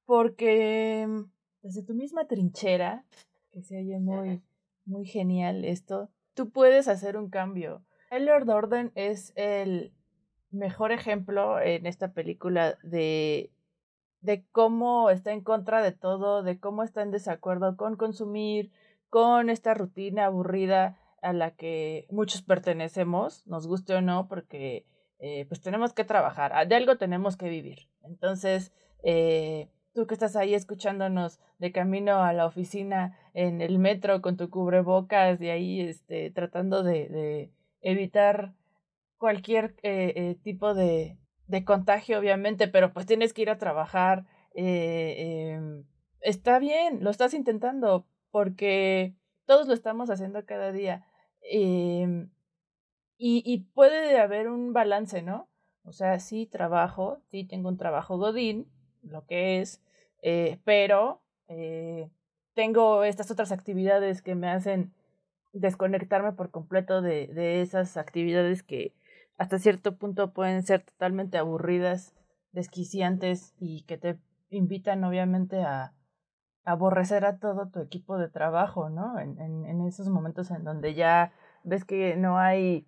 porque mm, desde tu misma trinchera, que se oye muy, muy genial esto, tú puedes hacer un cambio. Tyler Durden es el mejor ejemplo en esta película de, de cómo está en contra de todo, de cómo está en desacuerdo con consumir, con esta rutina aburrida a la que muchos pertenecemos, nos guste o no, porque eh, pues tenemos que trabajar, ah, de algo tenemos que vivir. Entonces, eh, tú que estás ahí escuchándonos de camino a la oficina en el metro con tu cubrebocas y ahí este, tratando de, de evitar cualquier eh, eh, tipo de, de contagio, obviamente, pero pues tienes que ir a trabajar. eh, em, está bien, lo estás intentando, porque todos lo estamos haciendo cada día. em, y, y puede haber un balance, ¿no? O sea, sí trabajo, sí tengo un trabajo godín, lo que es, eh, pero eh, tengo estas otras actividades que me hacen desconectarme por completo de, de esas actividades que hasta cierto punto pueden ser totalmente aburridas, desquiciantes y que te invitan obviamente a aborrecer a todo tu equipo de trabajo, ¿no? En, en, en esos momentos en donde ya ves que no hay,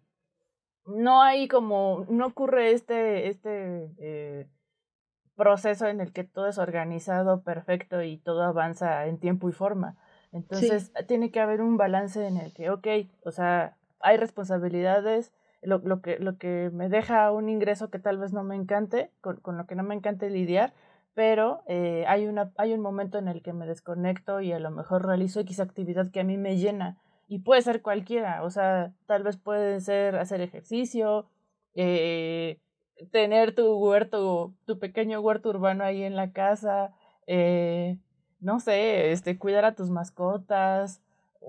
no hay como, no ocurre este, este eh, proceso en el que todo es organizado, perfecto y todo avanza en tiempo y forma. Sí, Entonces, tiene que haber un balance en el que, ok, o sea, hay responsabilidades, lo, lo, que, lo que me deja un ingreso que tal vez no me encante, con, con lo que no me encante lidiar, pero eh, hay, una, hay un momento en el que me desconecto y a lo mejor realizo X actividad que a mí me llena. Y puede ser cualquiera, o sea, tal vez puede ser hacer ejercicio, eh, tener tu huerto, tu pequeño huerto urbano ahí en la casa, eh, no sé, este, cuidar a tus mascotas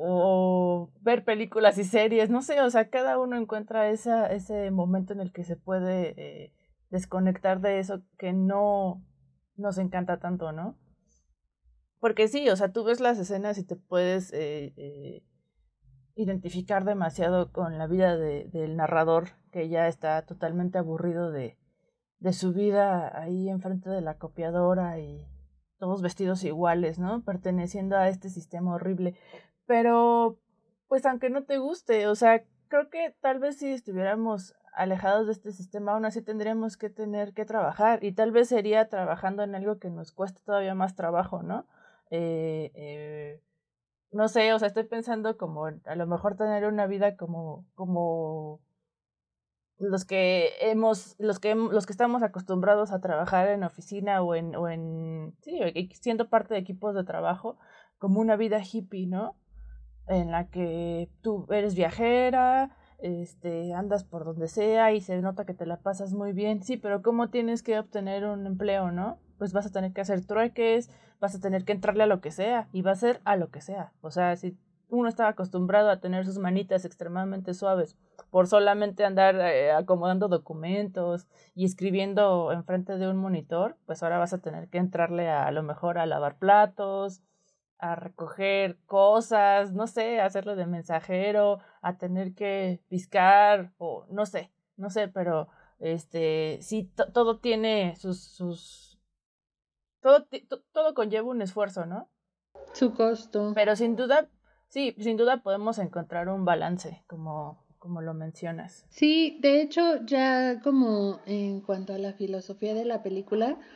o ver películas y series, no sé, o sea, cada uno encuentra esa, ese momento en el que se puede eh, desconectar de eso que no nos encanta tanto, ¿no? Porque sí, o sea, tú ves las escenas y te puedes eh, eh, identificar demasiado con la vida de, del narrador que ya está totalmente aburrido de, de su vida ahí enfrente de la copiadora y todos vestidos iguales, ¿no? Perteneciendo a este sistema horrible. Pero, pues aunque no te guste, o sea, creo que tal vez si estuviéramos alejados de este sistema, aún así tendríamos que tener que trabajar y tal vez sería trabajando en algo que nos cueste todavía más trabajo, ¿no? Eh, eh, no sé, o sea, estoy pensando como a lo mejor tener una vida como, como los que hemos, los que los que estamos acostumbrados a trabajar en oficina o en, o en, sí, siendo parte de equipos de trabajo, como una vida hippie, ¿no? En la que tú eres viajera, este, andas por donde sea y se nota que te la pasas muy bien, sí, pero ¿cómo tienes que obtener un empleo, no? Pues vas a tener que hacer trueques, vas a tener que entrarle a lo que sea y va a ser a lo que sea. O sea, si uno estaba acostumbrado a tener sus manitas extremadamente suaves por solamente andar eh, acomodando documentos y escribiendo enfrente de un monitor, pues ahora vas a tener que entrarle a, a lo mejor a lavar platos, a recoger cosas, no sé, a hacerlo de mensajero, a tener que piscar o no sé, no sé, pero este sí to- todo tiene sus sus todo ti- to- todo conlleva un esfuerzo, ¿no? su costo. Pero sin duda, sí, sin duda podemos encontrar un balance, como como lo mencionas. Sí, de hecho, ya como en cuanto a la filosofía de la película,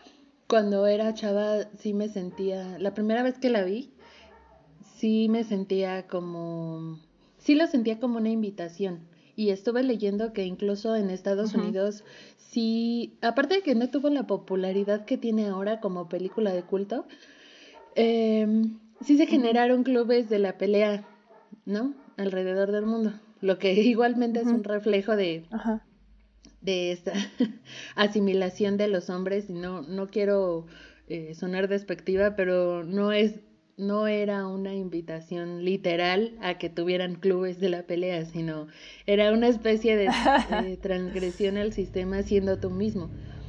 cuando era chava sí me sentía, la primera vez que la vi, sí me sentía como, sí lo sentía como una invitación. Y estuve leyendo que incluso en Estados Ujú. Unidos, sí, aparte de que no tuvo la popularidad que tiene ahora como película de culto, eh, sí se Ujú. generaron clubes de la pelea, ¿no? Alrededor del mundo. Lo que igualmente es un Ujú. reflejo de, Ajá. de esta asimilación de los hombres. Y no, no quiero eh, sonar despectiva, pero no es, no era una invitación literal a que tuvieran clubes de la pelea, sino era una especie de eh, transgresión al sistema siendo tú mismo.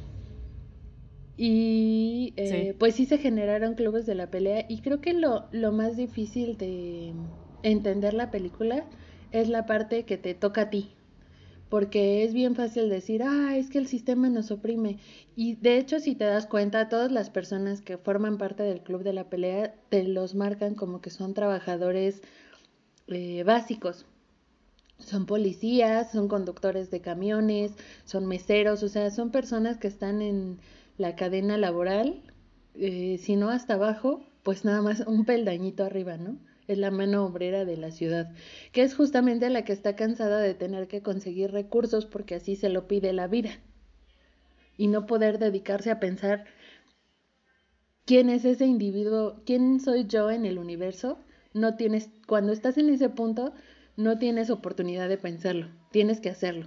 Y Sí. eh, pues sí se generaron clubes de la pelea y creo que lo, lo más difícil de entender la película es la parte que te toca a ti, porque es bien fácil decir, ah, es que el sistema nos oprime. Y de hecho, si te das cuenta, todas las personas que forman parte del club de la pelea te los marcan como que son trabajadores eh, básicos. Son policías, son conductores de camiones, son meseros, o sea, son personas que están en la cadena laboral, eh, si no hasta abajo, pues nada más un peldañito arriba, ¿no? Es la mano obrera de la ciudad, que es justamente la que está cansada de tener que conseguir recursos porque así se lo pide la vida y no poder dedicarse a pensar quién es ese individuo, quién soy yo en el universo. No tienes, cuando estás en ese punto, no tienes oportunidad de pensarlo, tienes que hacerlo.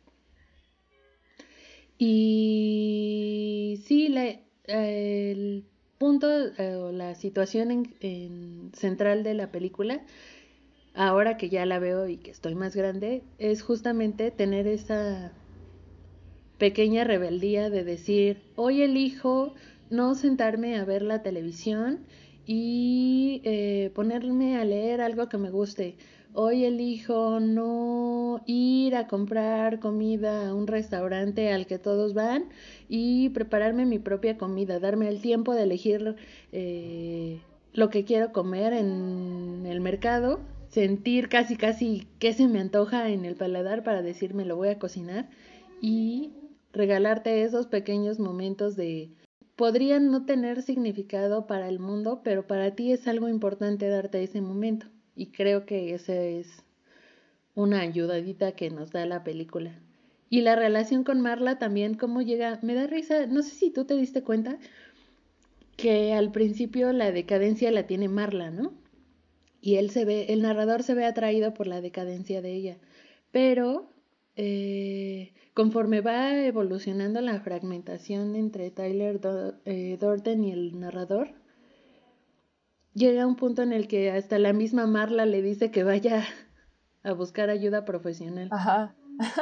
Y sí, la, el punto eh, o la situación en, en central de la película, ahora que ya la veo y que estoy más grande, es justamente tener esa pequeña rebeldía de decir, hoy elijo no sentarme a ver la televisión y eh, ponerme a leer algo que me guste. Hoy elijo no ir a comprar comida a un restaurante al que todos van y prepararme mi propia comida, darme el tiempo de elegir eh, lo que quiero comer en el mercado, sentir casi casi qué se me antoja en el paladar para decirme lo voy a cocinar y regalarte esos pequeños momentos de podrían no tener significado para el mundo, pero para ti es algo importante darte ese momento. Y creo que esa es una ayudadita que nos da la película. Y la relación con Marla también, cómo llega, me da risa, no sé si tú te diste cuenta que al principio la decadencia la tiene Marla, ¿no? Y él se ve, el narrador se ve atraído por la decadencia de ella. Pero eh, conforme va evolucionando la fragmentación entre Tyler Do- eh, Durden y el narrador, llega un punto en el que hasta la misma Marla le dice que vaya a buscar ayuda profesional. Ajá.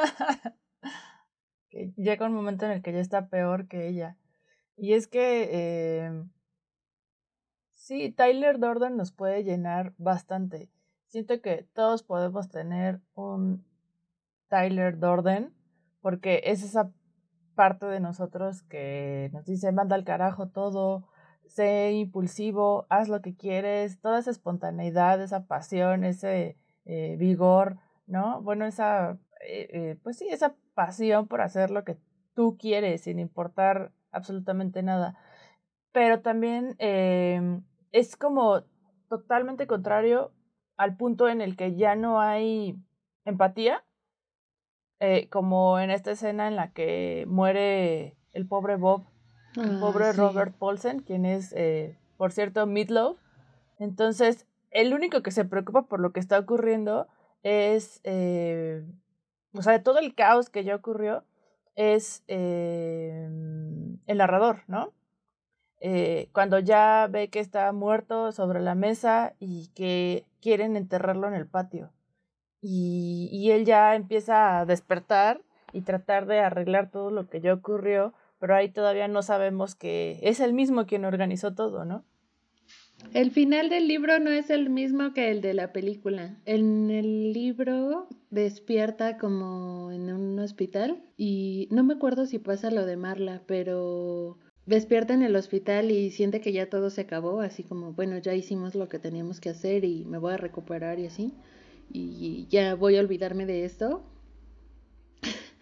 Que llega un momento en el que ya está peor que ella. Y es que eh, sí, Tyler Durden nos puede llenar bastante. Siento que todos podemos tener un Tyler Durden, porque es esa parte de nosotros que nos dice, manda al carajo todo, sé impulsivo, haz lo que quieres, toda esa espontaneidad, esa pasión, ese eh, vigor, ¿no? Bueno, esa, eh, eh, pues sí, esa pasión por hacer lo que tú quieres, sin importar absolutamente nada. Pero también eh, es como totalmente contrario al punto en el que ya no hay empatía, eh, como en esta escena en la que muere el pobre Bob, el Ah, pobre sí. Robert Paulsen, quien es, eh, por cierto, Meatloaf. Entonces, el único que se preocupa por lo que está ocurriendo es, eh, o sea, de todo el caos que ya ocurrió, es eh, el narrador, ¿no? Eh, cuando ya ve que está muerto sobre la mesa y que quieren enterrarlo en el patio. Y, y él ya empieza a despertar y tratar de arreglar todo lo que ya ocurrió, pero ahí todavía no sabemos que es él mismo quien organizó todo, ¿no? El final del libro no es el mismo que el de la película. En el libro despierta como en un hospital y no me acuerdo si pasa lo de Marla, pero despierta en el hospital y siente que ya todo se acabó, así como, bueno, ya hicimos lo que teníamos que hacer y me voy a recuperar y así, y ya voy a olvidarme de esto.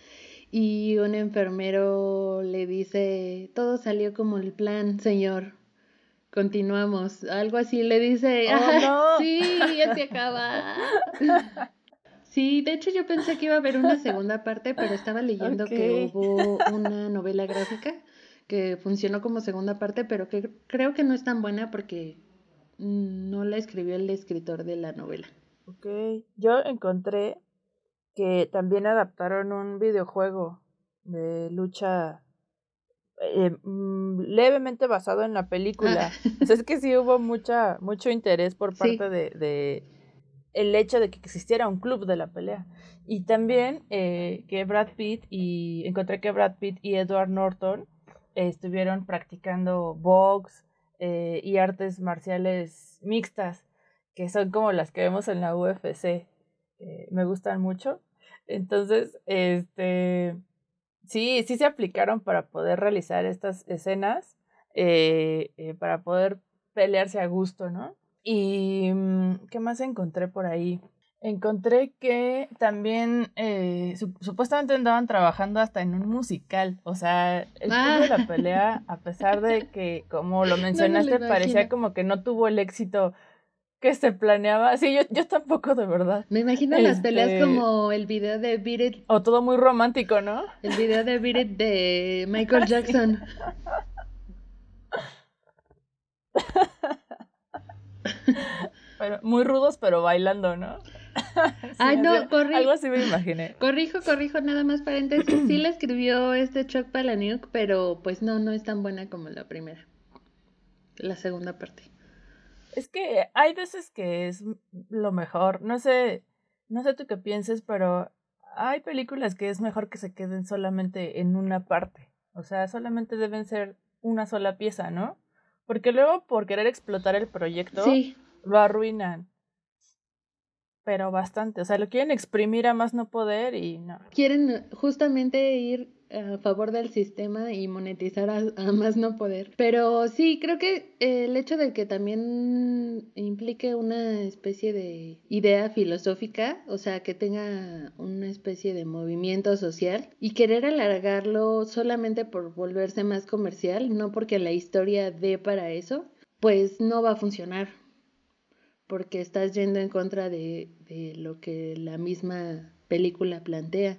y un enfermero le dice, todo salió como el plan, señor. Continuamos. Algo así le dice, ¡Oh, ajá, no! sí, ya se acaba. Sí, de hecho yo pensé que iba a haber una segunda parte, pero estaba leyendo que Ok. hubo una novela gráfica que funcionó como segunda parte, pero que creo que no es tan buena porque mm, no la escribió el escritor de la novela. Ok. Yo encontré que también adaptaron un videojuego de lucha eh, mm, levemente basado en la Ah, película. O sea, es que sí hubo mucha, mucho interés por parte sí. de, de el hecho de que existiera un club de la pelea. Y también eh, que Brad Pitt y encontré que Brad Pitt y Edward Norton eh, estuvieron practicando box eh, y artes marciales mixtas, que son como las que vemos en la U F C. Eh, me gustan mucho. Entonces, este, sí, sí se aplicaron para poder realizar estas escenas, eh, eh, para poder pelearse a gusto, ¿no? Y mm, ¿qué más encontré por ahí? Encontré que también eh, su- supuestamente andaban trabajando hasta en un musical. O sea, el Club Ah, de la Pelea, a pesar de que, como lo no me lo mencionaste, parecía imagino. como que no tuvo el éxito que se planeaba. Sí, yo, yo tampoco, de verdad. Me imagino las peleas Este, como el video de Beat It, o todo muy romántico, ¿no? el video de Beat It de Michael Sí. Jackson. Pero muy rudos, pero bailando, ¿no? Sí, Ay, así, no, algo corrí, así me imaginé. corrijo, corrijo, nada más paréntesis. Sí la escribió este Chuck Palahniuk, pero pues no, no es tan buena como la primera, la segunda parte. Es que hay veces que es lo mejor. No sé, no sé tú qué pienses, pero hay películas que es mejor que se queden solamente en una parte. O sea, solamente deben ser una sola pieza, ¿no? Porque luego por querer explotar el proyecto Sí, lo arruinan, pero bastante. O sea, lo quieren exprimir a más no poder y no. quieren justamente ir a favor del sistema y monetizar a, a más no poder. Pero sí, creo que el hecho de que también implique una especie de idea filosófica, o sea, que tenga una especie de movimiento social y querer alargarlo solamente por volverse más comercial, no porque la historia dé para eso, pues no va a funcionar porque estás yendo en contra de, de lo que la misma película plantea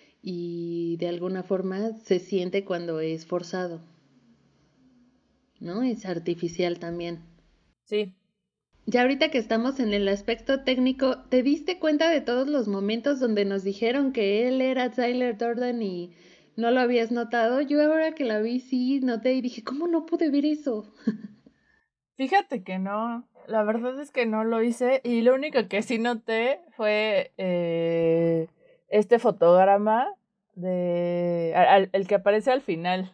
y de alguna forma se siente cuando es forzado, ¿no? Es artificial también. Sí. Ya ahorita que estamos en el aspecto técnico, ¿te diste cuenta de todos los momentos donde nos dijeron que él era Tyler Durden y no lo habías notado? Yo ahora que la vi sí noté y dije, ¿cómo no pude ver eso? Fíjate que no, la verdad es que no lo hice y lo único que sí noté fue eh, este fotograma de al- el que aparece al final.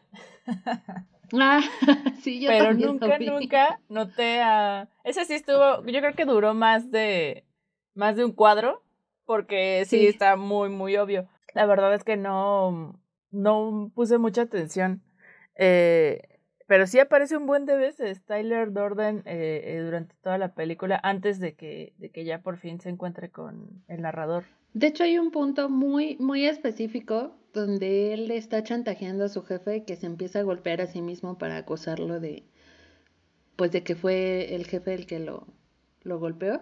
Ah, sí, yo Pero también lo nunca, vi. nunca noté a... Ese sí estuvo, yo creo que duró más de, más de un cuadro, porque sí Sí. está muy, muy obvio. La verdad es que no, no puse mucha atención. Eh, pero sí aparece un buen de veces Tyler Durden eh, eh, durante toda la película, antes de que, de que ya por fin se encuentre con el narrador. De hecho, hay un punto muy, muy específico donde él está chantajeando a su jefe que se empieza a golpear a sí mismo para acusarlo de, pues, de que fue el jefe el que lo, lo golpeó.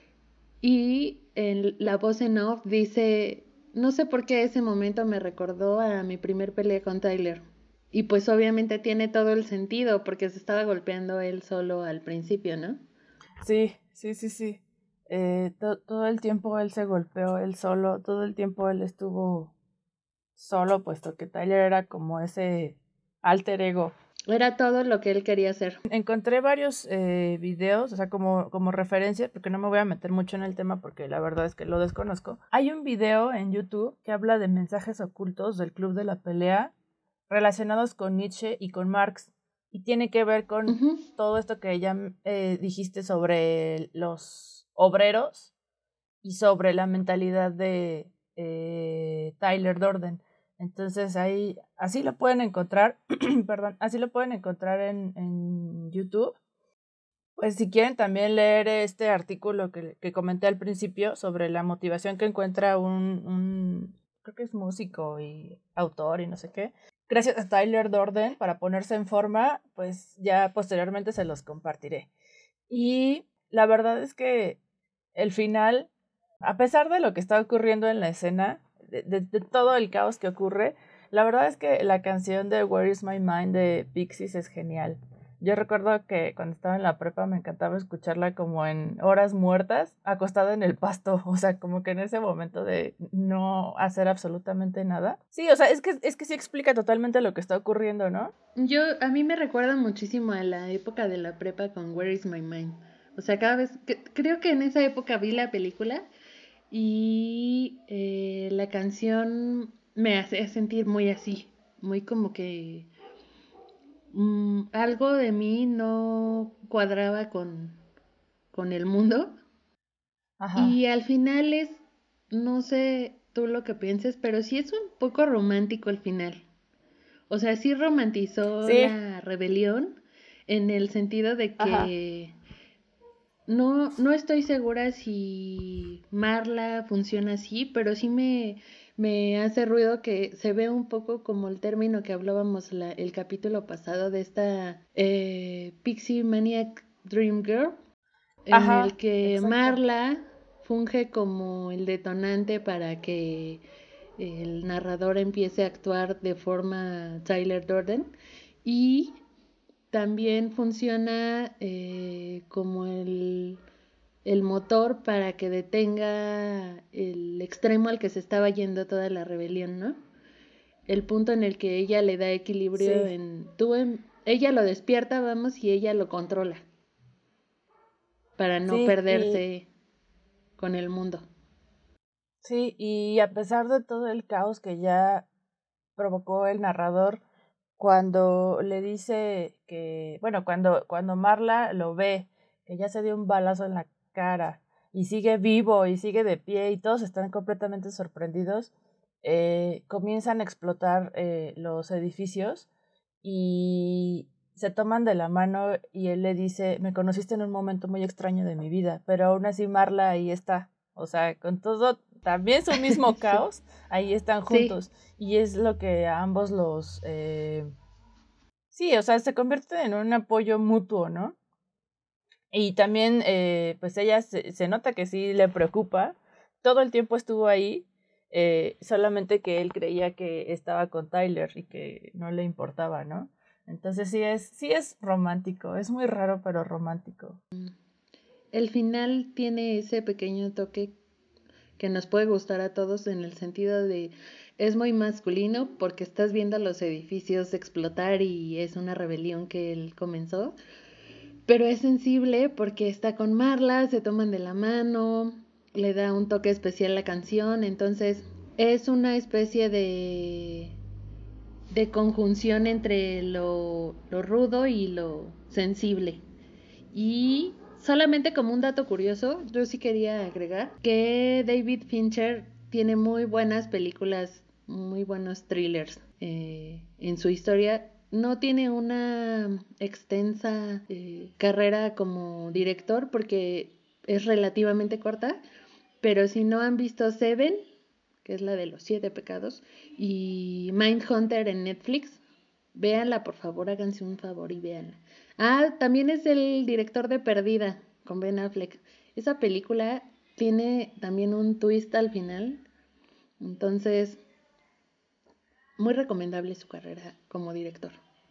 Y en la voz en off dice, no sé por qué ese momento me recordó a mi primer pelea con Tyler. Y pues obviamente tiene todo el sentido porque se estaba golpeando él solo al principio, ¿no? Sí, sí, sí, sí. Eh, to- todo el tiempo él se golpeó él solo, todo el tiempo él estuvo solo, puesto que Tyler era como ese alter ego. Era todo lo que él quería hacer. Encontré varios eh, videos, o sea, como, como referencia, porque no me voy a meter mucho en el tema porque la verdad es que lo desconozco. Hay un video en YouTube que habla de mensajes ocultos del Club de la Pelea relacionados con Nietzsche y con Marx, y tiene que ver con Ujú. todo esto que ya eh, dijiste sobre los obreros y sobre la mentalidad de eh, Tyler Durden. Entonces ahí, así lo pueden encontrar, perdón, así lo pueden encontrar en, en YouTube. Pues si quieren también leer este artículo que, que comenté al principio sobre la motivación que encuentra un, un creo que es músico y autor y no sé qué. Gracias a Tyler Durden, para ponerse en forma, pues ya posteriormente se los compartiré. Y la verdad es que el final, a pesar de lo que está ocurriendo en la escena, de, de, de todo el caos que ocurre, la verdad es que la canción de Where is My Mind de Pixies es genial. Yo recuerdo que cuando estaba en la prepa me encantaba escucharla como en horas muertas, acostada en el pasto, o sea, como que en ese momento de no hacer absolutamente nada. Sí, o sea, es que, es que sí explica totalmente lo que está ocurriendo, ¿no? Yo, a mí me recuerda muchísimo a la época de la prepa con Where is My Mind. O sea, cada vez, que, creo que en esa época vi la película y eh, la canción me hace sentir muy así, muy como que mm, algo de mí no cuadraba con, con el mundo. Ajá. Y al final es, no sé tú lo que pienses, pero sí es un poco romántico el final. O sea, sí romantizó Sí, la rebelión en el sentido de ajá. que no, no estoy segura si Marla funciona así, pero sí me, me hace ruido que se ve un poco como el término que hablábamos la, el capítulo pasado de esta eh, Pixie Maniac Dream Girl, en el Ajá, que exacto. Marla funge como el detonante para que el narrador empiece a actuar de forma Tyler Durden y también funciona eh, como el, el motor para que detenga el extremo al que se estaba yendo toda la rebelión, ¿no? El punto en el que ella le da equilibrio Sí, en... Tú en ella lo despierta, vamos, y ella lo controla para no sí, y perderse con el mundo. sí, y a pesar de todo el caos que ya provocó el narrador, cuando le dice que, bueno, cuando, cuando Marla lo ve, que ya se dio un balazo en la cara y sigue vivo y sigue de pie y todos están completamente sorprendidos, eh, comienzan a explotar eh, los edificios y se toman de la mano y él le dice, me conociste en un momento muy extraño de mi vida, pero aún así Marla ahí está, o sea, con todo, también su mismo Sí, caos, ahí están sí, juntos y es lo que a ambos los, eh, sí, o sea, se convierte en un apoyo mutuo, ¿no? Y también, eh, pues ella se, se nota que sí le preocupa, todo el tiempo estuvo ahí, eh, solamente que él creía que estaba con Tyler y que no le importaba, ¿no? Entonces sí es, sí es romántico, es muy raro pero romántico. el final tiene ese pequeño toque que nos puede gustar a todos en el sentido de es muy masculino porque estás viendo los edificios explotar y es una rebelión que él comenzó, pero es sensible porque está con Marla, se toman de la mano, le da un toque especial la canción, entonces es una especie de de conjunción entre lo, lo rudo y lo sensible. Y solamente como un dato curioso, yo sí quería agregar que David Fincher tiene muy buenas películas, muy buenos thrillers eh, en su historia. No tiene una extensa eh, carrera como director porque es relativamente corta, pero si no han visto Seven, que es la de los siete pecados, y Mindhunter en Netflix, véanla, por favor, háganse un favor y véanla. Ah, también es el director de Perdida, con Ben Affleck. Esa película tiene también un twist al final, entonces, muy recomendable su carrera como director.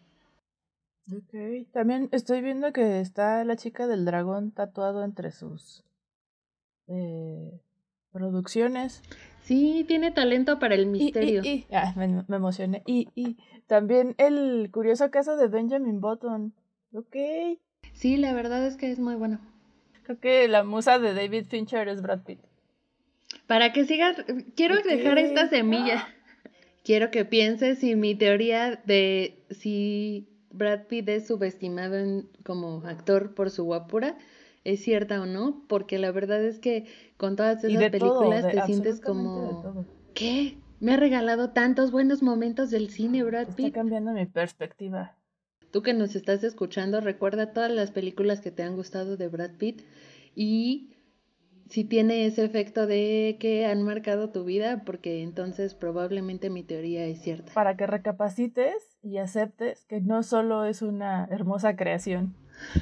Ok, también estoy viendo que está la chica del dragón tatuado entre sus eh, producciones. Sí, tiene talento para el Y, y, misterio. y, ah, me, me emocioné. Y, y también el curioso caso de Benjamin Button. Ok. Sí, la verdad es que es muy bueno. Creo que la musa de David Fincher es Brad Pitt. Para que sigas, quiero Ok. dejar esta semilla. Quiero que pienses si mi teoría de si Brad Pitt es subestimado en- como actor por su guapura es cierta o no, porque la verdad es que con todas Y esas de todo, películas de te sientes absolutamente de como, todo. ¿qué? Me ha regalado tantos buenos momentos del cine, Brad Está Pitt. cambiando mi perspectiva. Tú que nos estás escuchando, recuerda todas las películas que te han gustado de Brad Pitt y si tiene ese efecto de que han marcado tu vida, porque entonces probablemente mi teoría es cierta. Para que recapacites y aceptes que no solo es una hermosa creación.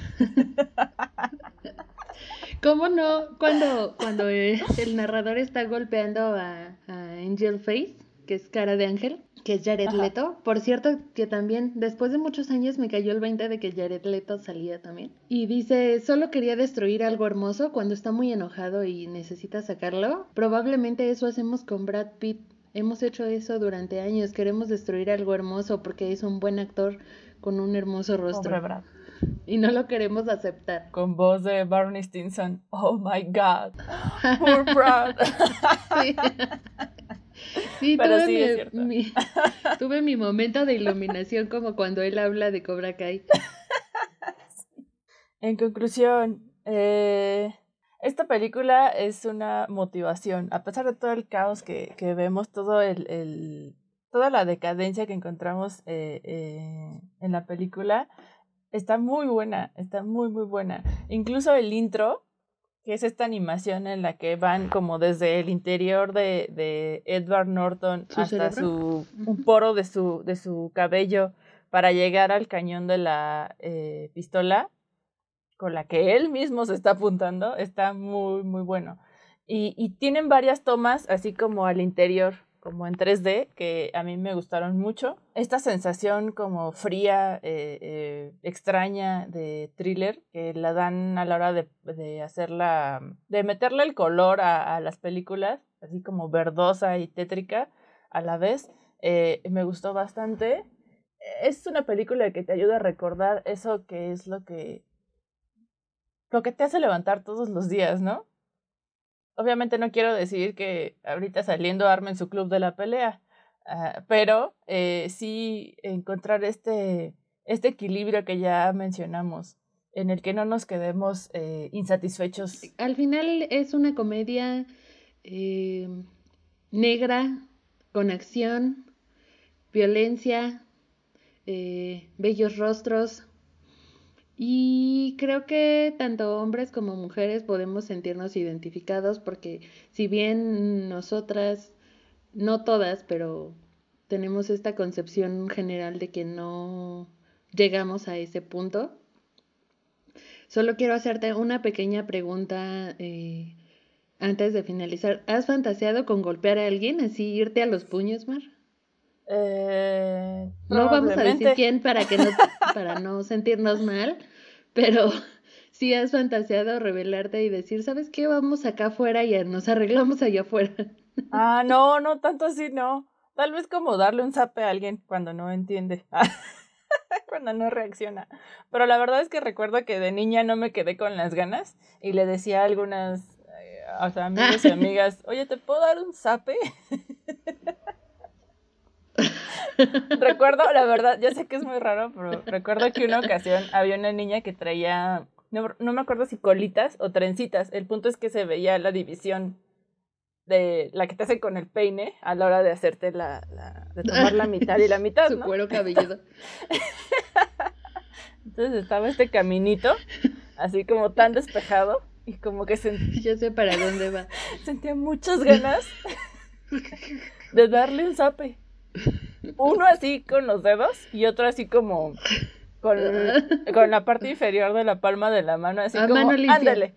¿Cómo no? Cuando, cuando eh, el narrador está golpeando a, a Angel Face, que es cara de ángel, que es Jared Ajá. Leto. Por cierto, que también después de muchos años me cayó el veinte de que Jared Leto salía también. Y dice, solo quería destruir algo hermoso cuando está muy enojado y necesita sacarlo. Probablemente eso hacemos con Brad Pitt. Hemos hecho eso durante años. Queremos destruir algo hermoso porque es un buen actor con un hermoso rostro. Pobre Brad. Y no lo queremos aceptar. Con voz de Barney Stinson. Oh my God. Poor Brad. Sí. Sí, Pero tuve, sí, mi, es cierto. mi- tuve mi momento de iluminación como cuando él habla de Cobra Kai. En conclusión, eh, esta película es una motivación. A pesar de todo el caos que, que vemos, todo el, el, toda la decadencia que encontramos eh, eh, en la película, está muy buena, está muy, muy buena. Incluso el intro, que es esta animación en la que van como desde el interior de, de Edward Norton ¿Su hasta cerebro? su un poro de su, de su cabello para llegar al cañón de la eh, pistola con la que él mismo se está apuntando, está muy, muy bueno. Y, y tienen varias tomas así como al interior, como en tres D, que a mí me gustaron mucho. Esta sensación como fría, eh, eh, extraña de thriller, que la dan a la hora de, de hacerla, de meterle el color a, a las películas, así como verdosa y tétrica a la vez, eh, me gustó bastante. Es una película que te ayuda a recordar eso que es lo que, lo que te hace levantar todos los días, ¿no? Obviamente no quiero decir que ahorita saliendo armen su club de la pelea, uh, pero eh, sí encontrar este, este equilibrio que ya mencionamos, en el que no nos quedemos eh, insatisfechos. Al final es una comedia eh, negra, con acción, violencia, eh, bellos rostros. Y creo que tanto hombres como mujeres podemos sentirnos identificados porque si bien nosotras, no todas, pero tenemos esta concepción general de que no llegamos a ese punto, solo quiero hacerte una pequeña pregunta eh, antes de finalizar. ¿Has fantaseado con golpear a alguien, así irte a los puños, Mar? Eh, No vamos a decir quién para que no, para no sentirnos mal, pero sí has fantaseado revelarte y decir, ¿sabes qué? Vamos acá afuera y nos arreglamos allá afuera. Ah, no, no tanto así, no. Tal vez como darle un zape a alguien cuando no entiende, cuando no reacciona. Pero la verdad es que recuerdo que de niña no me quedé con las ganas y le decía a algunas eh, o sea, amigos y amigas, oye, ¿te puedo dar un zape? Recuerdo, la verdad, yo sé que es muy raro, pero recuerdo que una ocasión había una niña que traía, no, no me acuerdo si colitas o trencitas, el punto es que se veía la división de la que te hace con el peine a la hora de hacerte la, la de tomar la mitad y la mitad, Su ¿no? cuero cabelludo. Entonces estaba este caminito, así como tan despejado, y como que sent... Yo sé para dónde va. Sentía muchas ganas de darle un zape. Uno así con los dedos y otro así como con, con la parte inferior de la palma de la mano, así a como, mano limpia. ándale.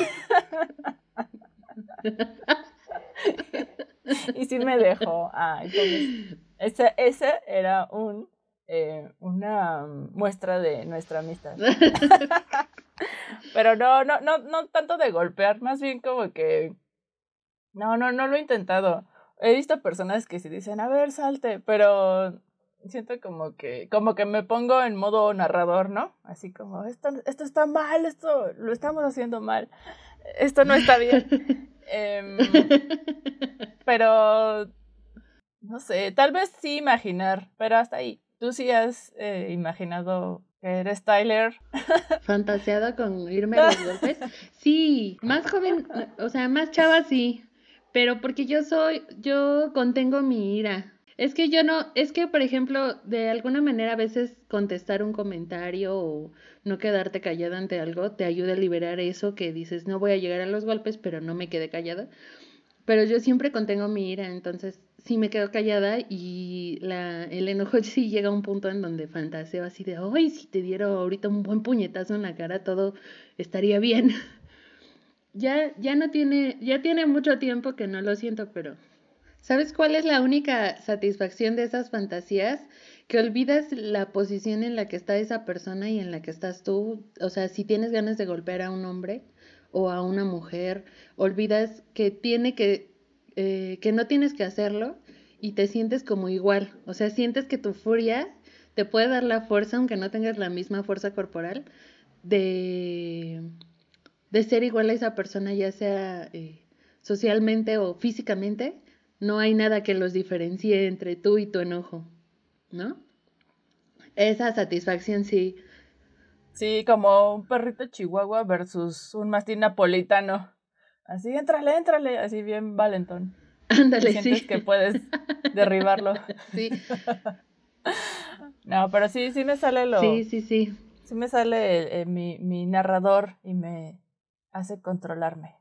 Y sí me dejó. Ay, entonces, esa, esa era un eh, una muestra de nuestra amistad. Pero no, no, no, no tanto de golpear, más bien como que no, no, no lo he intentado. He visto personas que se dicen, a ver, salte, pero siento como que, como que me pongo en modo narrador, ¿no? Así como, esto, esto está mal, esto lo estamos haciendo mal, esto no está bien. eh, pero, no sé, tal vez sí imaginar, pero hasta ahí. ¿Tú sí has eh, imaginado que eres Tyler? ¿Fantaseado con irme a los golpes? Sí, más joven, o sea, más chava sí. Pero porque yo soy, yo contengo mi ira. Es que yo no, es que por ejemplo, de alguna manera a veces contestar un comentario o no quedarte callada ante algo te ayuda a liberar eso que dices, no voy a llegar a los golpes, pero no me quedé callada. Pero yo siempre contengo mi ira, entonces sí me quedo callada y la, el enojo sí llega a un punto en donde fantaseo así de, ay, si te diera ahorita un buen puñetazo en la cara, todo estaría bien. Ya, ya no tiene, ya tiene mucho tiempo que no lo siento, pero ¿sabes cuál es la única satisfacción de esas fantasías? Que olvidas la posición en la que está esa persona y en la que estás tú. O sea, si tienes ganas de golpear a un hombre o a una mujer, olvidas que tiene que, eh, que no tienes que hacerlo y te sientes como igual. O sea, sientes que tu furia te puede dar la fuerza, aunque no tengas la misma fuerza corporal, de de ser igual a esa persona, ya sea eh, socialmente o físicamente, no hay nada que los diferencie entre tú y tu enojo, ¿no? Esa satisfacción sí. Sí, como un perrito chihuahua versus un mastín napolitano. Así, éntrale, éntrale, así bien valentón. Ándale, y sientes sí. que puedes derribarlo. Sí. No, pero sí, sí me sale lo... Sí, sí, sí. Sí me sale eh, mi, mi narrador y me hace controlarme.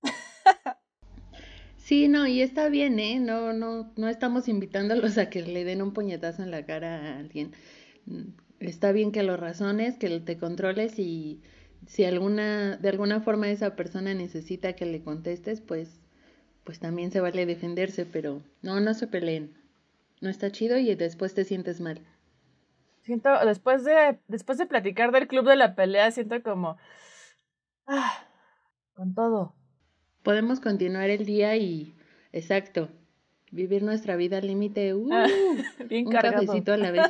Sí, no, y está bien, ¿eh? No, no, no estamos invitándolos a que le den un puñetazo en la cara a alguien. Está bien que lo razones, que te controles y si alguna, de alguna forma esa persona necesita que le contestes, pues, pues también se vale defenderse, pero no, no se peleen. No está chido y después te sientes mal. Siento, después de, después de platicar del club de la pelea, siento como, ah, con todo. Podemos continuar el día y, exacto, vivir nuestra vida al límite, uh, Ah, bien un cargado. cafecito a la vez.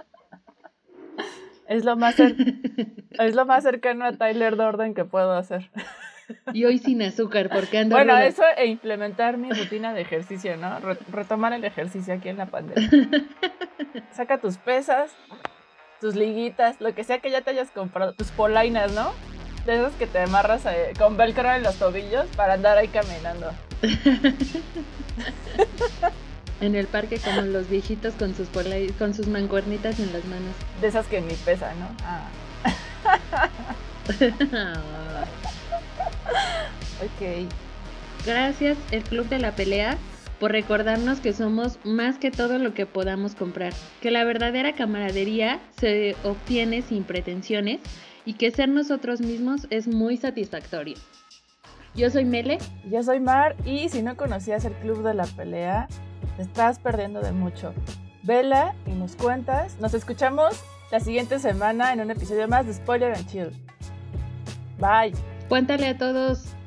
Es lo más cer- es lo más cercano a Tyler Durden que puedo hacer. Y hoy sin azúcar, porque ando Bueno, ruda. eso e implementar mi rutina de ejercicio, ¿no? Re- retomar el ejercicio aquí en la pandemia. Saca tus pesas, tus liguitas, lo que sea que ya te hayas comprado, tus polainas, ¿no? De esas que te amarras eh, con velcro en los tobillos para andar ahí caminando. En el parque como los viejitos con sus polai- con sus mancuernitas en las manos. De esas que ni pesan, ¿no? Ah. Ok. Gracias, el Club de la Pelea, por recordarnos que somos más que todo lo que podamos comprar, que la verdadera camaradería se obtiene sin pretensiones y que ser nosotros mismos es muy satisfactorio. Yo soy Mele. Yo soy Mar y si no conocías el Club de la Pelea, te estás perdiendo de mucho. Vela y nos cuentas. Nos escuchamos la siguiente semana en un episodio más de Spoiler and Chill. Bye. Cuéntale a todos.